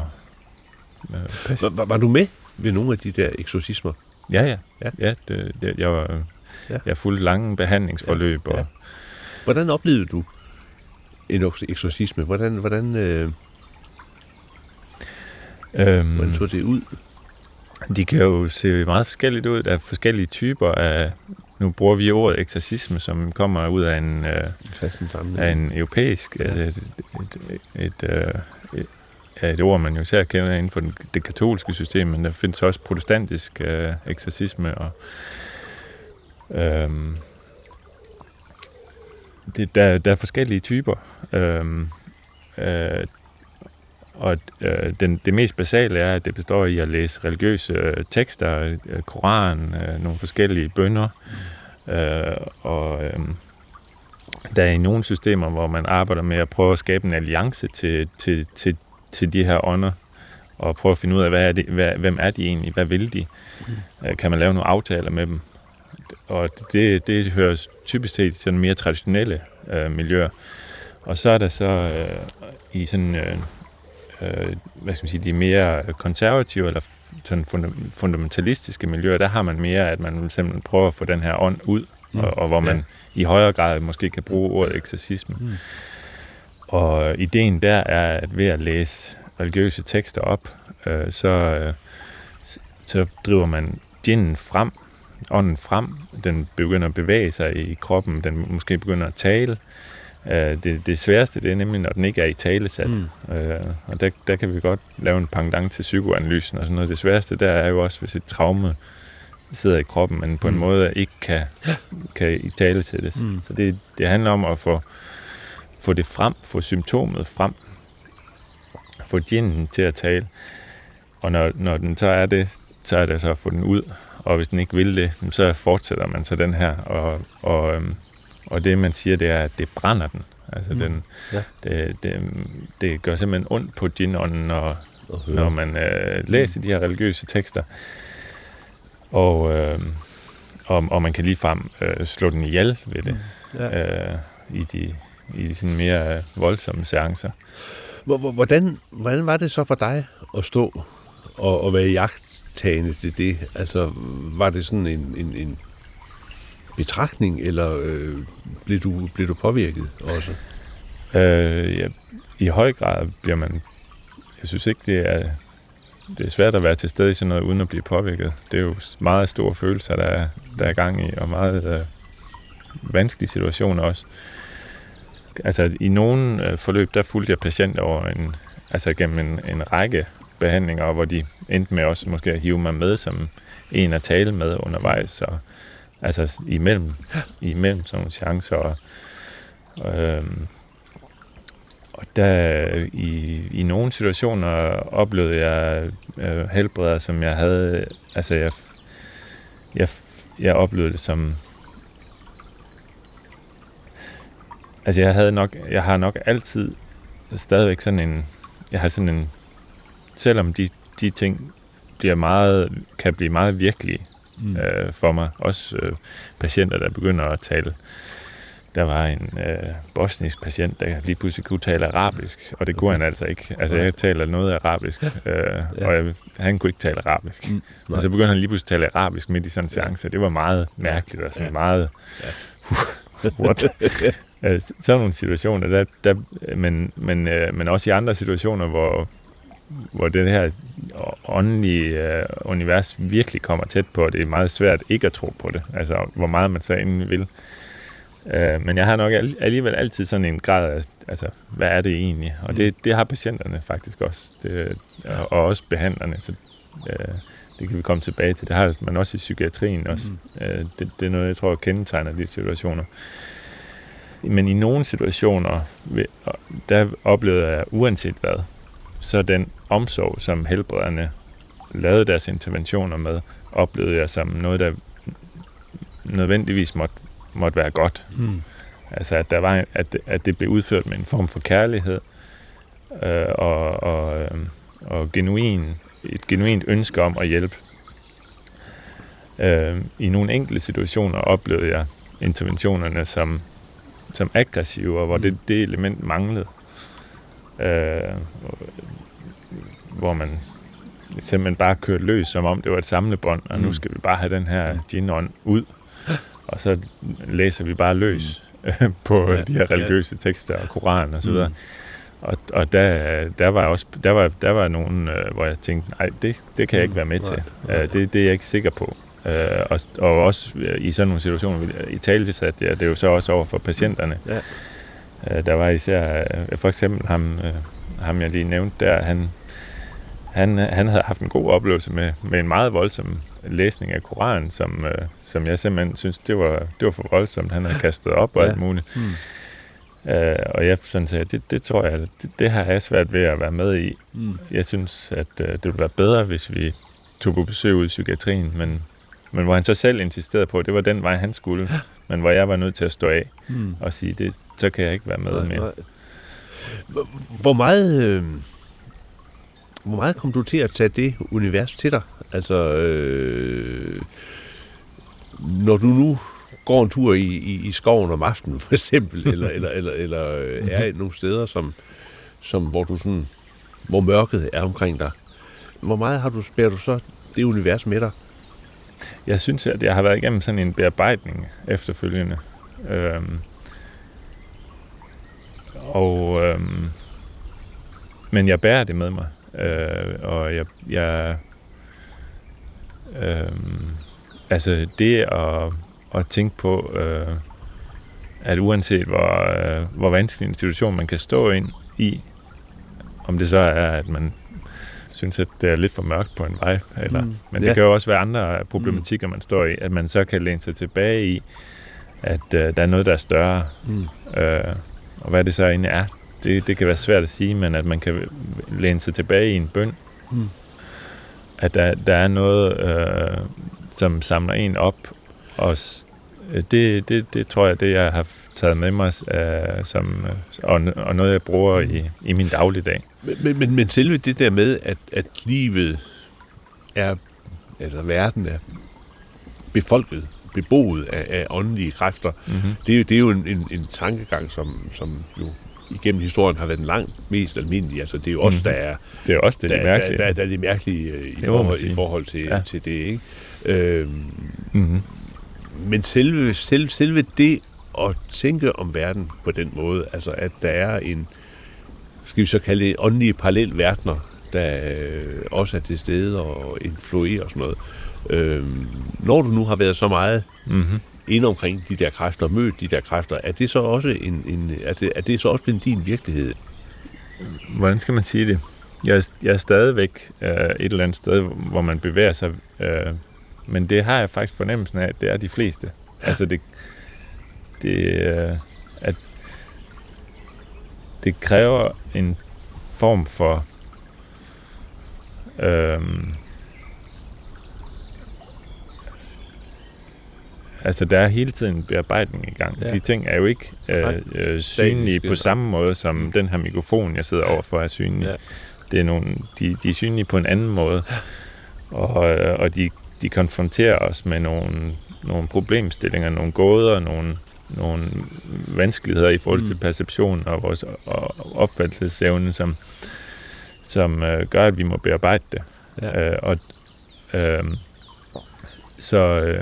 C: øh,
B: var, var, var du med ved nogle af de der eksorcismer?
C: Ja, ja. ja. ja det, det, jeg var ja. jeg fulgte lange behandlingsforløb. Ja. Ja. Og,
B: hvordan oplevede du en eksorcisme? Hvordan, hvordan, øh, øhm, hvordan så det ud?
C: De kan jo se meget forskelligt ud. Der er forskellige typer af... Nu bruger vi ordet eksorcisme, som kommer ud af en, øh, af en europæisk... Ja. Et, et, et, et, et, et ord, man jo især kender inden for den, det katolske system, men der findes også protestantisk øh, eksorcisme, og... Øh, Det, der, der er forskellige typer, øhm, øh, og øh, den, det mest basale er, at det består i at læse religiøse øh, tekster, øh, Koran, øh, nogle forskellige bønner, øh, og øh, der er i nogle systemer, hvor man arbejder med at prøve at skabe en alliance til, til, til, til de her ånder, og prøve at finde ud af, hvad er det, hvad, hvem er de egentlig, hvad vil de, mm. øh, kan man lave nogle aftaler med dem. Og det, det hører typisk til sådan mere traditionelle øh, miljøer. Og så er der så øh, i sådan, øh, øh, hvad skal man sige, de mere konservative eller sådan funda- fundamentalistiske miljøer, der har man mere, at man simpelthen prøver at få den her ånd ud, mm. og, og hvor man ja. i højere grad måske kan bruge ordet eksorcisme. Mm. Og ideen der er, at ved at læse religiøse tekster op, øh, så, øh, så driver man djinnen frem, ånden frem, den begynder at bevæge sig i kroppen, den måske begynder at tale. Det, det sværeste, det er nemlig, når den ikke er i talesat. Mm. Og der, der kan vi godt lave en pendant til psykoanalysen og sådan noget. Det sværeste, der er jo også, hvis et traume sidder i kroppen, men på en mm. måde ikke kan, kan i talesættes. Mm. Så det, det handler om at få, få det frem, få symptomet frem, få djinnen til at tale. Og når, når den så er det, så er det så at få den ud. Og hvis den ikke vil det, så fortsætter man så den her. Og, og, og det, man siger, det er, at det brænder den. Altså,
B: Mm.
C: den,
B: Ja.
C: det, det, det gør simpelthen ondt på djinn-ånden, når,
B: Og høre.
C: når man øh, læser de her religiøse tekster. Og, øh, og, og man kan ligefrem øh, slå den ihjel ved det,
B: Ja.
C: øh, i de, i de sådan mere øh, voldsomme seancer.
B: Hvor- hvor- Hvordan, hvordan var det så for dig at stå og, og være jagttagende til det? Altså, var det sådan en, en, en betragtning, eller øh, blev, du, blev du påvirket også?
C: Øh, ja, I høj grad bliver man... Jeg synes ikke, det er, det er svært at være til stede i sådan noget, uden at blive påvirket. Det er jo meget store følelser, der er, der er gang i, og meget øh, vanskelige situationer også. Altså, i nogle øh, forløb, der fulgte jeg patienter over en, altså gennem en, en række behandlinger, hvor de endte med også måske at hive mig med som en at tale med undervejs, og altså imellem, imellem sådan nogle chancer. Og, og, øhm, og der i, i nogle situationer oplevede jeg øh, helbreder, som jeg havde, altså jeg, jeg, jeg oplevede det som, altså jeg havde nok, jeg har nok altid stadigvæk sådan en, jeg har sådan en, selvom de, de ting bliver meget, kan blive meget virkelige mm. øh, for mig, også øh, patienter, der begynder at tale. Der var en øh, bosnisk patient, der lige pludselig kunne tale arabisk, og det kunne han altså ikke. Altså, jeg taler noget arabisk, øh, ja. og jeg, han kunne ikke tale arabisk. Mm. Og så begyndte han lige pludselig at tale arabisk midt i sådan en seance. Det var meget mærkeligt, og sådan ja. meget... Ja. What? Sådan nogle situationer, der, der, men, men, øh, men også i andre situationer, hvor, hvor det her åndelige øh, univers virkelig kommer tæt på, og det er meget svært ikke at tro på det. Altså, hvor meget man så endelig vil. Øh, men jeg har nok alligevel altid sådan en grad af, altså, hvad er det egentlig? Og det, det har patienterne faktisk også, det, og også behandlerne, så øh, det kan vi komme tilbage til. Det har man også i psykiatrien også. Mm. Øh, det, det er noget, jeg tror, kendetegner de situationer. Men i nogle situationer, der oplevede jeg, uanset hvad, så den omsorg, som helbrederne lavede deres interventioner med, oplevede jeg som noget, der nødvendigvis måtte, måtte være godt. Mm. Altså, at, der var, at, at det blev udført med en form for kærlighed øh, og, og, øh, og genuin, et genuint ønske om at hjælpe. Øh, I nogle enkelte situationer oplevede jeg interventionerne som som aggressive, og hvor det, det element manglede. Øh, hvor man simpelthen bare kørte løs, som om det var et samlebånd, og nu skal vi bare have den her djinn-ånd ud, og så læser vi bare løs mm. på ja, de her religiøse ja. tekster og Koran og så videre. Mm. Og, og der, der var også der var, der var nogen, hvor jeg tænkte, nej, det, det kan jeg ikke være med til. Nej, nej. Det, det er jeg ikke sikker på. Uh, og, og også i sådan nogle situationer i talesat, ja, det er jo så også over for patienterne. Ja. Uh, der var især uh, for eksempel ham, uh, ham jeg lige nævnte der, han, han, han havde haft en god oplevelse med, med en meget voldsom læsning af Koranen, som, uh, som jeg simpelthen synes, det var, det var for voldsomt. Han havde kastet op og ja. alt muligt. Hmm. Uh, og jeg sådan sagde, det, det tror jeg, det, det har jeg svært ved at være med i. Hmm. Jeg synes, at uh, det ville være bedre, hvis vi tog på besøg ud i psykiatrien, men Men hvor han så selv insisterede på, at det var den vej, han skulle. Ja. Men hvor jeg var nødt til at stå af mm. og sige, det, så kan jeg ikke være med nej, mere.
B: Nej. Hvor meget, øh, hvor meget kom du til at tage det univers til dig? Altså, øh, når du nu går en tur i, i, i skoven om aftenen, for eksempel, eller, eller, eller, eller øh, er nogle steder, som, som, hvor, du sådan, hvor mørket er omkring dig. Hvor meget har du, spærer du så det univers med dig?
C: Jeg synes, at jeg har været igennem sådan en bearbejdning efterfølgende. Øhm, og, øhm, men jeg bærer det med mig. Øh, og jeg... jeg øhm, altså det at, at tænke på, øh, at uanset hvor, øh, hvor vanskelig en situation man kan stå ind i, om det så er, at man synes, at det er lidt for mørkt på en vej. Eller, mm, men det ja. kan jo også være andre problematikker, man står i, at man så kan læne sig tilbage i, at uh, der er noget, der er større. Mm. Uh, og hvad det så egentlig er, det, det kan være svært at sige, men at man kan læne sig tilbage i en bøn. Mm. At der, der er noget, uh, som samler en op, og det, det, det tror jeg, det jeg har taget med mig, uh, som, og, og noget, jeg bruger i, i min dagligdag.
B: Men, men, men selve det der med, at, at livet er, altså verden er befolket, beboet af, af åndelige kræfter, mm-hmm. det, er jo, det er jo en, en, en tankegang, som, som jo igennem historien har været den langt mest almindelige. Altså, det er jo også, mm-hmm. der er
C: det er også det,
B: der,
C: det mærkelige.
B: Der, der, der er det mærkelige uh, i,
C: det
B: forhold, i forhold til, ja. til det, ikke? Øhm, mm-hmm. Men selve, selve, selve det at tænke om verden på den måde, altså at der er en, skal vi så kalde det, åndelige parallelverdener, der øh, også er til stede og influerer og sådan noget. Øhm, når du nu har været så meget mm-hmm. inde omkring de der kræfter, mødt de der kræfter, er det så også en, en er det, er det så også blevet din virkelighed?
C: Hvordan skal man sige det? Jeg er, jeg er stadigvæk øh, et eller andet sted, hvor man bevæger sig, øh, men det har jeg faktisk fornemmelsen af, at det er de fleste. Ja. Altså det, det, øh, at det kræver en form for øh, altså, der er hele tiden bearbejdning i gang. Ja. De ting er jo ikke øh, øh, synlige på samme måde, som mm. den her mikrofon, jeg sidder overfor, er synlig. Ja. Det er nogle, de, de er synlige på en anden måde. Ja. Og, og de, de konfronterer os med nogle, nogle problemstillinger, nogle gåder, nogle, nogle vanskeligheder i forhold til mm. perception og vores og opfattelsesevne, som, som øh, gør, at vi må bearbejde det. Ja. Øh, og øh, så... Øh,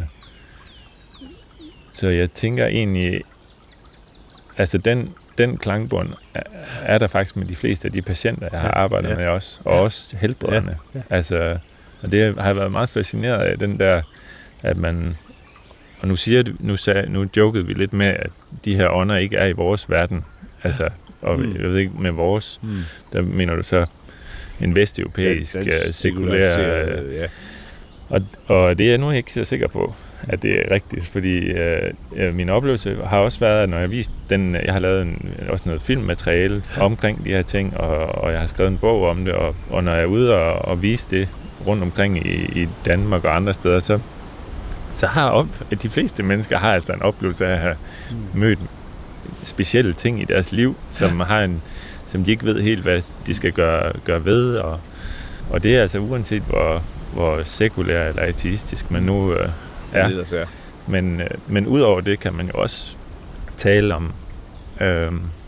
C: Så jeg tænker egentlig, altså den, den klangbund er, er der faktisk med de fleste af de patienter, jeg har arbejdet ja. med også, og ja. også helbrederne. Ja. Ja. Altså, og det har jeg været meget fascineret af, den der, at man, og nu siger nu, sag, nu jokede vi lidt med, at de her ånder ikke er i vores verden. Altså, og mm. jeg ved ikke, med vores, mm. der mener du så en vesteuropæisk, sekulær, ja. og, og det er jeg nu ikke så sikker på, at det er rigtigt, fordi øh, min oplevelse har også været, at når jeg vist den, jeg har lavet en, også noget filmmateriale omkring de her ting, og, og jeg har skrevet en bog om det, og, og når jeg er ude og, og vise det rundt omkring i, i Danmark og andre steder, så, så har op, at de fleste mennesker har altså en oplevelse af at have mm. mødt specielle ting i deres liv, som ja. har en, som de ikke ved helt, hvad de skal gøre, gøre ved, og, og det er altså uanset hvor, hvor sekulær eller ateistisk man nu øh, Ja. Men, men udover det kan man jo også tale om, øh,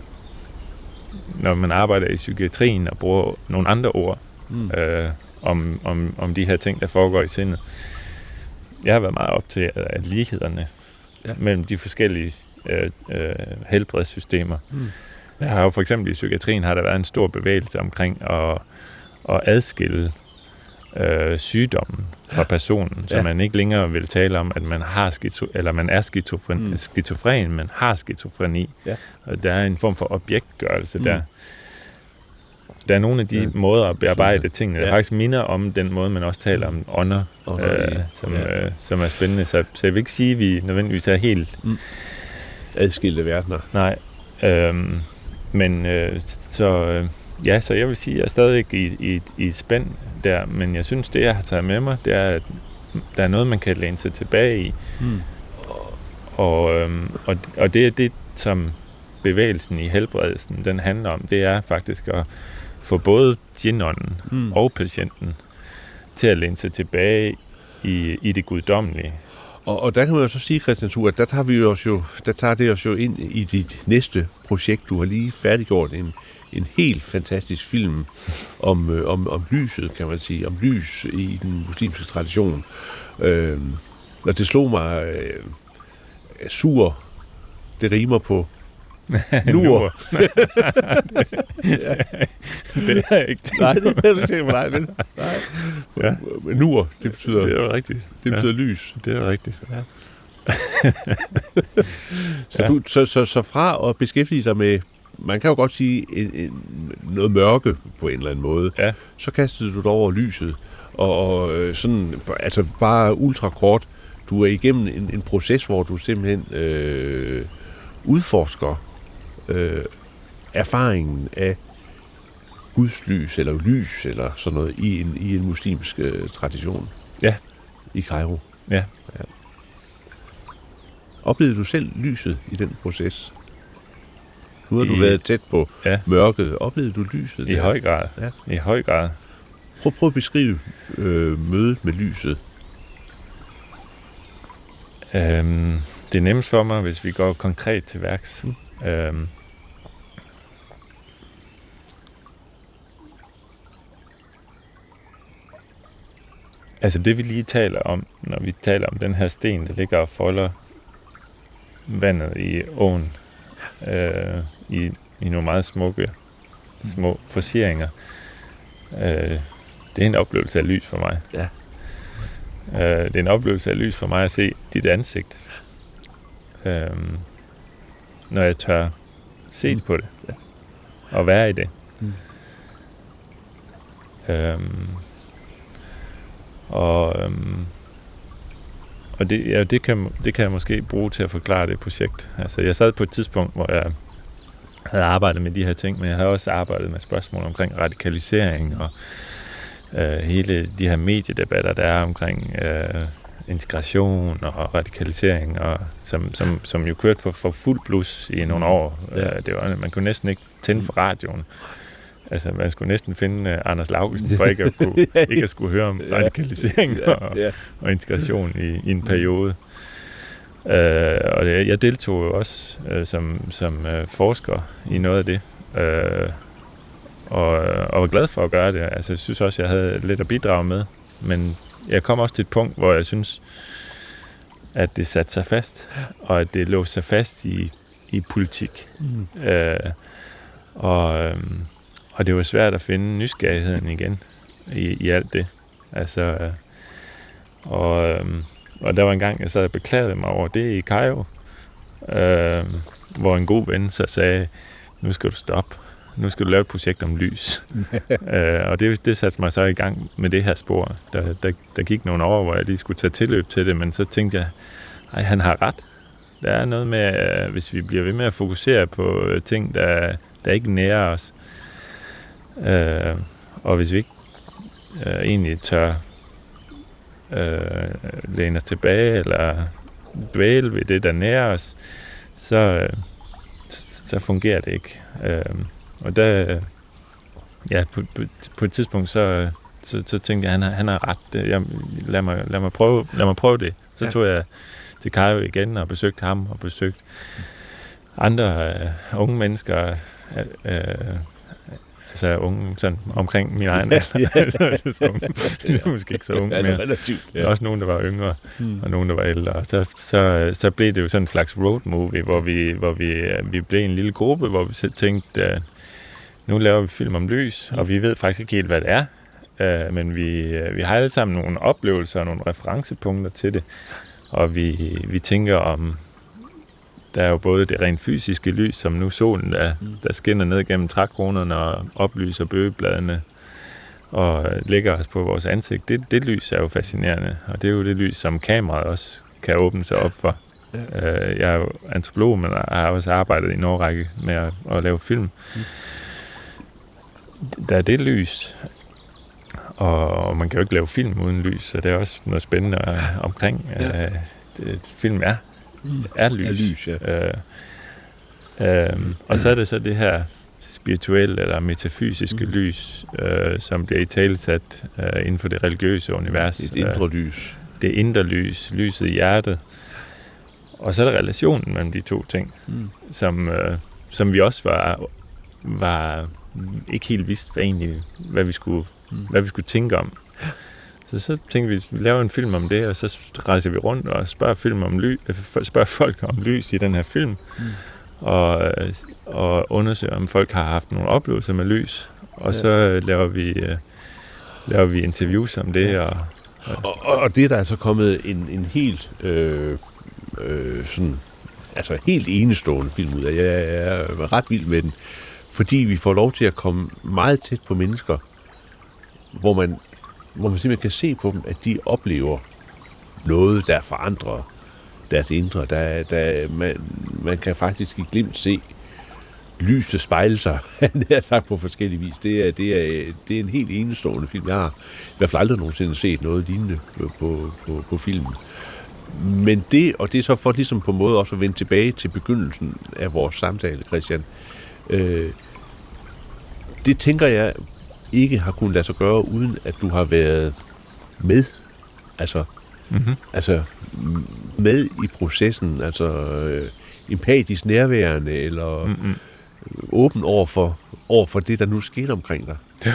C: når man arbejder i psykiatrien og bruger nogle andre ord mm. øh, om, om, om de her ting, der foregår i sindet. Jeg har været meget optaget af lighederne ja. mellem de forskellige øh, øh, helbredssystemer. Mm. Der har jo for eksempel i psykiatrien har der været en stor bevægelse omkring at, at adskille Øh, sygdommen fra personen, så ja. man ikke længere vil tale om, at man har skito- eller man er skizofren, mm. skizofren, men har skizofreni. Ja. Og der er en form for objektgørelse mm. der. Der er nogle af de ja. måder at bearbejde tingene, der ja. faktisk minder om den måde, man også taler om ånder, oh, øh, ja. som, ja. øh, som er spændende. Så, så jeg vil ikke sige, at vi nødvendigvis er helt
B: mm. adskilte verdener.
C: Nej. Øhm, men øh, så... Øh, Ja, så jeg vil sige, at jeg er stadig i, i, i et spænd der, men jeg synes, det jeg har taget med mig, det er, at der er noget, man kan læne sig tilbage i. Mm. Og, øhm, og, og det er det, som bevægelsen i helbredelsen, den handler om, det er faktisk at få både djinånden mm. og patienten til at læne sig tilbage i, i det guddommelige.
B: Og, og der kan man jo så sige, Christian Thur, at der tager, vi os jo, der tager det os jo ind i dit næste projekt. Du har lige færdiggjort en en helt fantastisk film om, øh, om, om lyset, kan man sige, om lys i den muslimske tradition. Øh, og det slog mig, øh, sur, det rimer på nur.
C: det, det er ikke tænkt.
B: Nej, det er du tænkt på dig, vel? Nej. Ja. Nur, det betyder,
C: det er rigtigt.
B: Det betyder
C: ja.
B: lys.
C: Det er rigtigt. Ja.
B: så, ja. du, så, så, så fra at beskæftige dig med, man kan jo godt sige, en, en, noget mørke på en eller anden måde, ja. så kastede du dig over lyset, og, og sådan, altså bare ultra kort, du er igennem en, en proces, hvor du simpelthen øh, udforsker øh, erfaringen af Guds lys, eller lys, eller sådan noget, i en, i en muslimsk øh, tradition.
C: Ja.
B: I Kairo.
C: Ja. ja.
B: Oplevede du selv lyset i den proces? Nu har
C: I,
B: du været tæt på
C: ja.
B: mørket. Oplevede du lyset?
C: I
B: der?
C: høj grad.
B: Ja.
C: I høj grad.
B: Prøv, prøv at beskrive øh, mødet med lyset.
C: Øhm, det er nemmest for mig, hvis vi går konkret til værks. Mm. Øhm, altså det vi lige taler om, når vi taler om den her sten, der ligger og folder vandet i åen, øh, i, i nogle meget smukke, små forceringer. Øh, det er en oplevelse af lys for mig.
B: Ja.
C: Øh, det er en oplevelse af lys for mig at se dit ansigt. Øh, når jeg tør se mm. på det. Ja. Og være i det. Mm. Øh, og øhm, og det, ja, det, kan, det kan jeg måske bruge til at forklare det projekt. Altså, jeg sad på et tidspunkt, hvor jeg havde arbejdet med de her ting, men jeg havde også arbejdet med spørgsmål omkring radikalisering og øh, hele de her mediedebatter, der er omkring øh, integration og radikalisering, og som, som, som jo kørte på for fuld blus i nogle år. Ja. Det var, man kunne næsten ikke tænde for radioen. Altså, man skulle næsten finde uh, Anders Laugesen, for ikke at, kunne, ikke at skulle høre om radikalisering og, og integration i, i en periode. Uh, og det, jeg deltog jo også uh, som, som uh, forsker i noget af det, uh, og, og var glad for at gøre det. Altså, jeg synes også, jeg havde lidt at bidrage med, men jeg kom også til et punkt, hvor jeg synes, at det satte sig fast, og at det lå sig fast i, i politik. Mm. Uh, og... Um, Og det var svært at finde nysgerrigheden igen i, i alt det. Altså, og, øhm, og der var en gang, jeg sad og beklagede mig over det i Cairo, øh, hvor en god ven så sagde, nu skal du stoppe. Nu skal du lave et projekt om lys. øh, og det, det satte mig så i gang med det her spor. Der, der, der gik nogle år, hvor jeg lige skulle tage tilløb til det, men så tænkte jeg, ej, han har ret. Der er noget med, øh, hvis vi bliver ved med at fokusere på ting, der, der ikke nærer os, Øh, og hvis vi ikke øh, egentlig tør øh, læne os tilbage eller dvæle ved det, der nærer os, så, øh, så fungerer det ikke. Øh, og der, ja, på, på, på et tidspunkt, så, så, så tænkte jeg, at han har, han har ret. Jeg, lad, mig, lad, mig prøve, lad mig prøve det. Så ja. tog jeg til Cairo igen og besøgte ham og besøgte andre øh, unge mennesker, øh, altså unge, sådan omkring min egen alder. Ja, ja. Så unge. Det er måske ikke så unge mere.
B: Relativt, ja.
C: Også nogen, der var yngre, hmm. og nogen, der var ældre. Så, så, så blev det jo sådan en slags road movie, hvor vi, hvor vi, vi blev en lille gruppe, hvor vi selv tænkte, at nu laver vi film om lys, og vi ved faktisk ikke helt, hvad det er. Men vi, vi har alle sammen nogle oplevelser og nogle referencepunkter til det. Og vi, vi tænker om... Der er jo både det rent fysiske lys, som nu solen, der, der skinner ned gennem trækronerne og oplyser bøgebladene og lægger os på vores ansigt. Det, det lys er jo fascinerende, og det er jo det lys, som kameraet også kan åbne sig op for. Ja. Jeg er jo antropolog, men har også arbejdet i en årrække med at, at lave film. Mm. Der er det lys, og man kan jo ikke lave film uden lys, så det er også noget spændende omkring, ja. det, film er. er lys. Er lys ja. øh, øh, og så er det så det her spirituelle eller metafysiske mm. lys, øh, som bliver italesat øh, inden for det religiøse univers.
B: Et indre lys.
C: Det indre lys, lyset i hjertet. Og så er der relationen mellem de to ting, mm. som, øh, som vi også var, var ikke helt vidste, hvad, egentlig, hvad, vi skulle, mm. hvad vi skulle tænke om. Så så tænkte vi, at vi laver en film om det, og så rejser vi rundt og spørger, film om ly, spørger folk om lys i den her film, mm. og, og undersøger, om folk har haft nogle oplevelser med lys. Og ja. så laver vi, laver vi interviews om det. Og,
B: og, og, og det er der altså kommet en, en helt, øh, øh, sådan, altså helt enestående film ud af. Jeg er ret vild med den, fordi vi får lov til at komme meget tæt på mennesker, hvor man hvor man simpelthen kan se på dem, at de oplever noget, der forandrer deres indre. Der, der, man, man kan faktisk i glimt se lyset spejle sig, det er sagt på forskellige vis. Det er, det, er, det er en helt enestående film. Jeg har i hvert fald aldrig nogensinde set noget lignende på, på, på, på filmen. men det, og det er så for ligesom på en måde også at vende tilbage til begyndelsen af vores samtale, Christian, øh, det tænker jeg ikke har kunnet lade sig gøre, uden at du har været med, altså, mm-hmm. altså med i processen, altså øh, empatisk nærværende, eller mm-hmm. åben over for, over for det, der nu skete omkring dig.
C: Ja.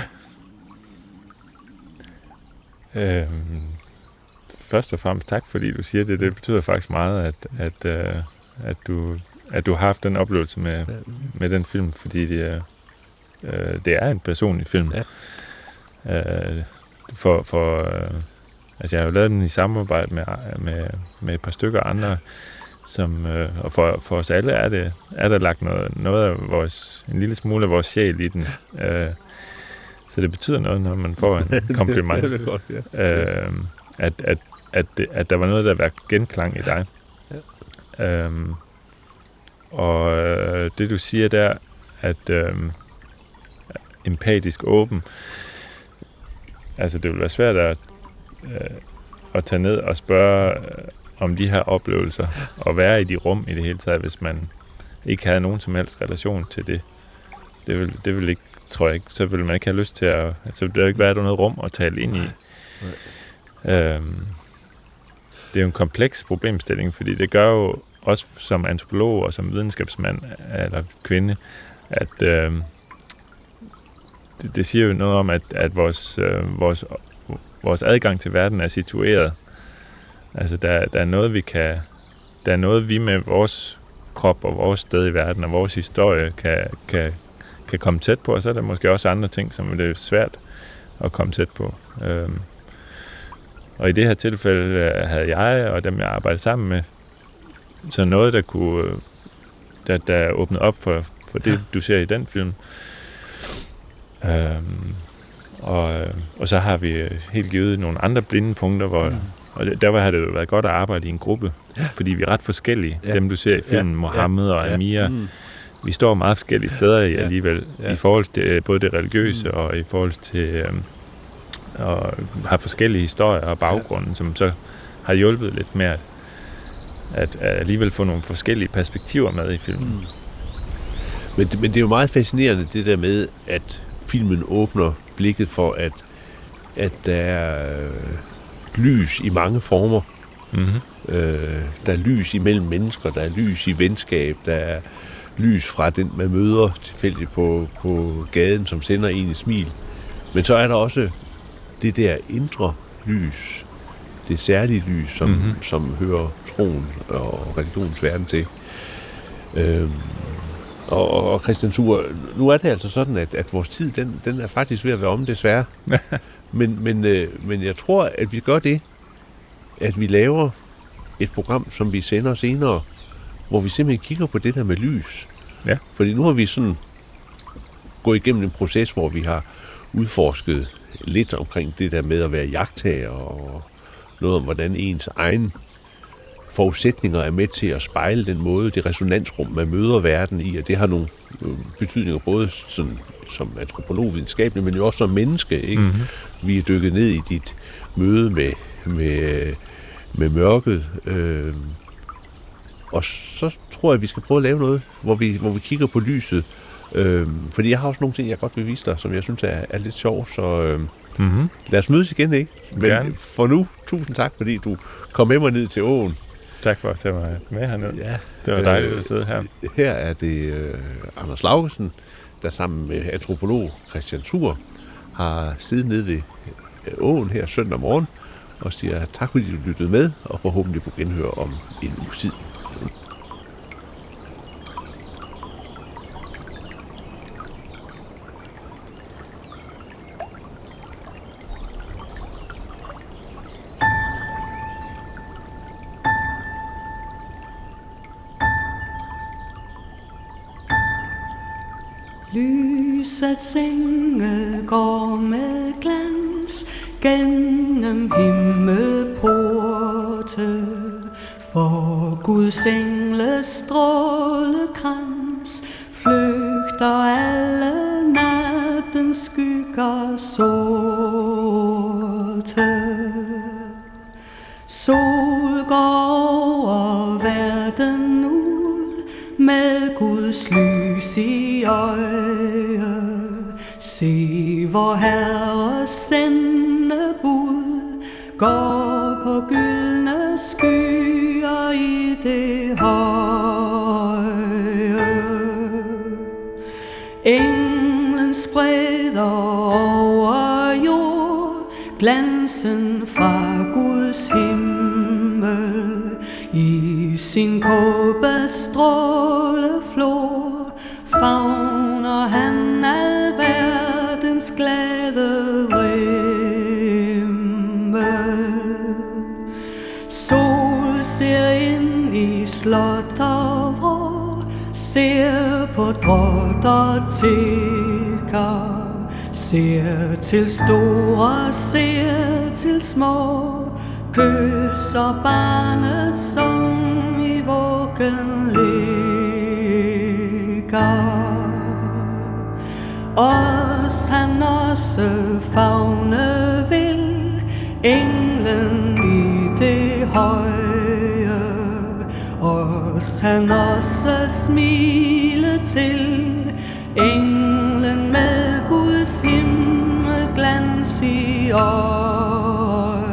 C: Øhm, først og fremmest tak, fordi du siger det. Det betyder faktisk meget, at, at, at, at, du, at du har haft den oplevelse med, med den film, fordi det er, øh, det er en personlig film. Ja. Øh, for, for, øh, altså jeg har jo lavet den i samarbejde med, med, med et par stykker andre, som, øh, og for, for os alle er, det, er der lagt noget, noget af vores, en lille smule af vores sjæl i den. Øh, så det betyder noget, når man får en kompliment.
B: det er godt, ja.
C: øh, at, at, at, det, at der var noget, der var genklang i dig. Ja. Øh, og øh, det du siger der, at øh, empatisk åben, altså det vil være svært at, øh, at tage ned og spørge øh, om de her oplevelser, og være i de rum i det hele taget, hvis man ikke havde nogen som helst relation til det. Det vil, det vil ikke, tror jeg ikke, så vil man ikke have lyst til at, altså det vil ikke være noget rum at tale ind i. Øhm, det er jo en kompleks problemstilling, fordi det gør jo også som antropolog og som videnskabsmand eller kvinde, at øh, det, det siger jo noget om, at, at vores, øh, vores, vores adgang til verden er situeret. Altså der, der er noget, vi kan, der er noget, vi med vores krop og vores sted i verden og vores historie kan, kan, kan komme tæt på, og så er der måske også andre ting, som det er svært at komme tæt på. Øhm, og i det her tilfælde havde jeg og dem, jeg arbejdede sammen med, så noget, der kunne, der, der åbnede op for, for det, ja. Du ser i den film. Øhm, og, og så har vi helt givet nogle andre blinde punkter, hvor ja. Og der har det jo været godt at arbejde i en gruppe, ja. Fordi vi er ret forskellige. Ja. Dem, du ser i filmen, ja. Mohammed og ja. Amir, mm. vi står meget forskellige steder i, ja. Alligevel, ja. I forhold til både det religiøse mm. og i forhold til øhm, at have forskellige historier og baggrunden, ja. Som så har hjulpet lidt med at, at, at alligevel få nogle forskellige perspektiver med i filmen. Mm.
B: Men, men det er jo meget fascinerende, det der med, at filmen åbner blikket for, at, at der er øh, lys i mange former. Mm-hmm. Øh, der er lys imellem mennesker, der er lys i venskab, der er lys fra den, man møder tilfældigt på, på gaden, som sender en et smil. Men så er der også det der indre lys, det særlige lys, som, mm-hmm. som hører troen og religionens verden til. Øh, og, og Christian Thur, nu er det altså sådan, at, at vores tid, den, den er faktisk ved at være om, desværre. men, men, øh, men jeg tror, at vi gør det, at vi laver et program, som vi sender senere, hvor vi simpelthen kigger på det der med lys.
C: Ja.
B: Fordi nu har vi sådan gået igennem en proces, hvor vi har udforsket lidt omkring det der med at være jagttager, og noget om, hvordan ens egen forudsætninger er med til at spejle den måde, det resonansrum, man møder verden i, og det har nogle betydninger både sådan, som antropolog videnskabelig, men jo også som menneske. Ikke? Mm-hmm. Vi er dykket ned i dit møde med, med, med mørket, øh, og så tror jeg, at vi skal prøve at lave noget, hvor vi, hvor vi kigger på lyset, øh, fordi jeg har også nogle ting, jeg godt vil vise dig, som jeg synes er, er lidt sjov, så øh, mm-hmm. lad os mødes igen, ikke? Men Gerne. For nu, tusind tak, fordi du kom med mig ned til åen.
C: Tak for at tage mig med hernede. Ja, det var dejligt øh, at sidde her.
B: Her er det øh, Anders Laugesen, der sammen med antropolog Christian Thur har siddet nede ved øh, åen her søndag morgen og siger tak, fordi du lyttede med, og forhåbentlig på genhør om en uge tid.
A: Lysets engel går med glans gennem himmelporte, for Guds engles strålekrans flygter alle nattens skygger sorte. Sol går med Guds lys i øje. Se, vor Herres sendebud går på gyldne skyer i det høje. Englen spreder over jord glansen fra Guds himmel. I sin kåbe stråleflor favner han al verdens glade rimmel. Sol ser ind i slot og vrå, ser på drot og tigger, ser til store, ser til små, kysser barnet, som i vuggen ligger. Os han også favne vil, englen i det høje. Os han også smile til, englen med Guds himmelglans i øje.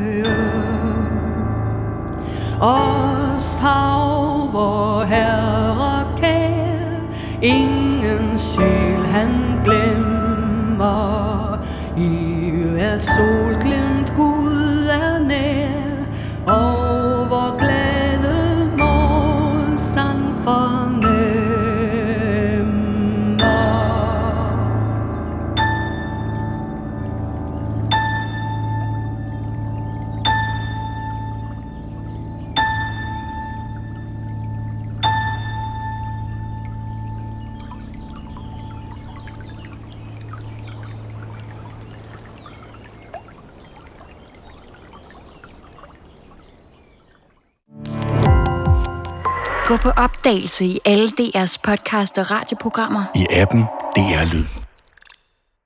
A: Os har vor Herre kær, ingen sjæl han glemmer. I hvert solglimt Gud er nær, og vor glade morgensang fornemmer.
D: Gå på opdagelse i alle D R's podcast og radioprogrammer.
E: I appen D R Lyd.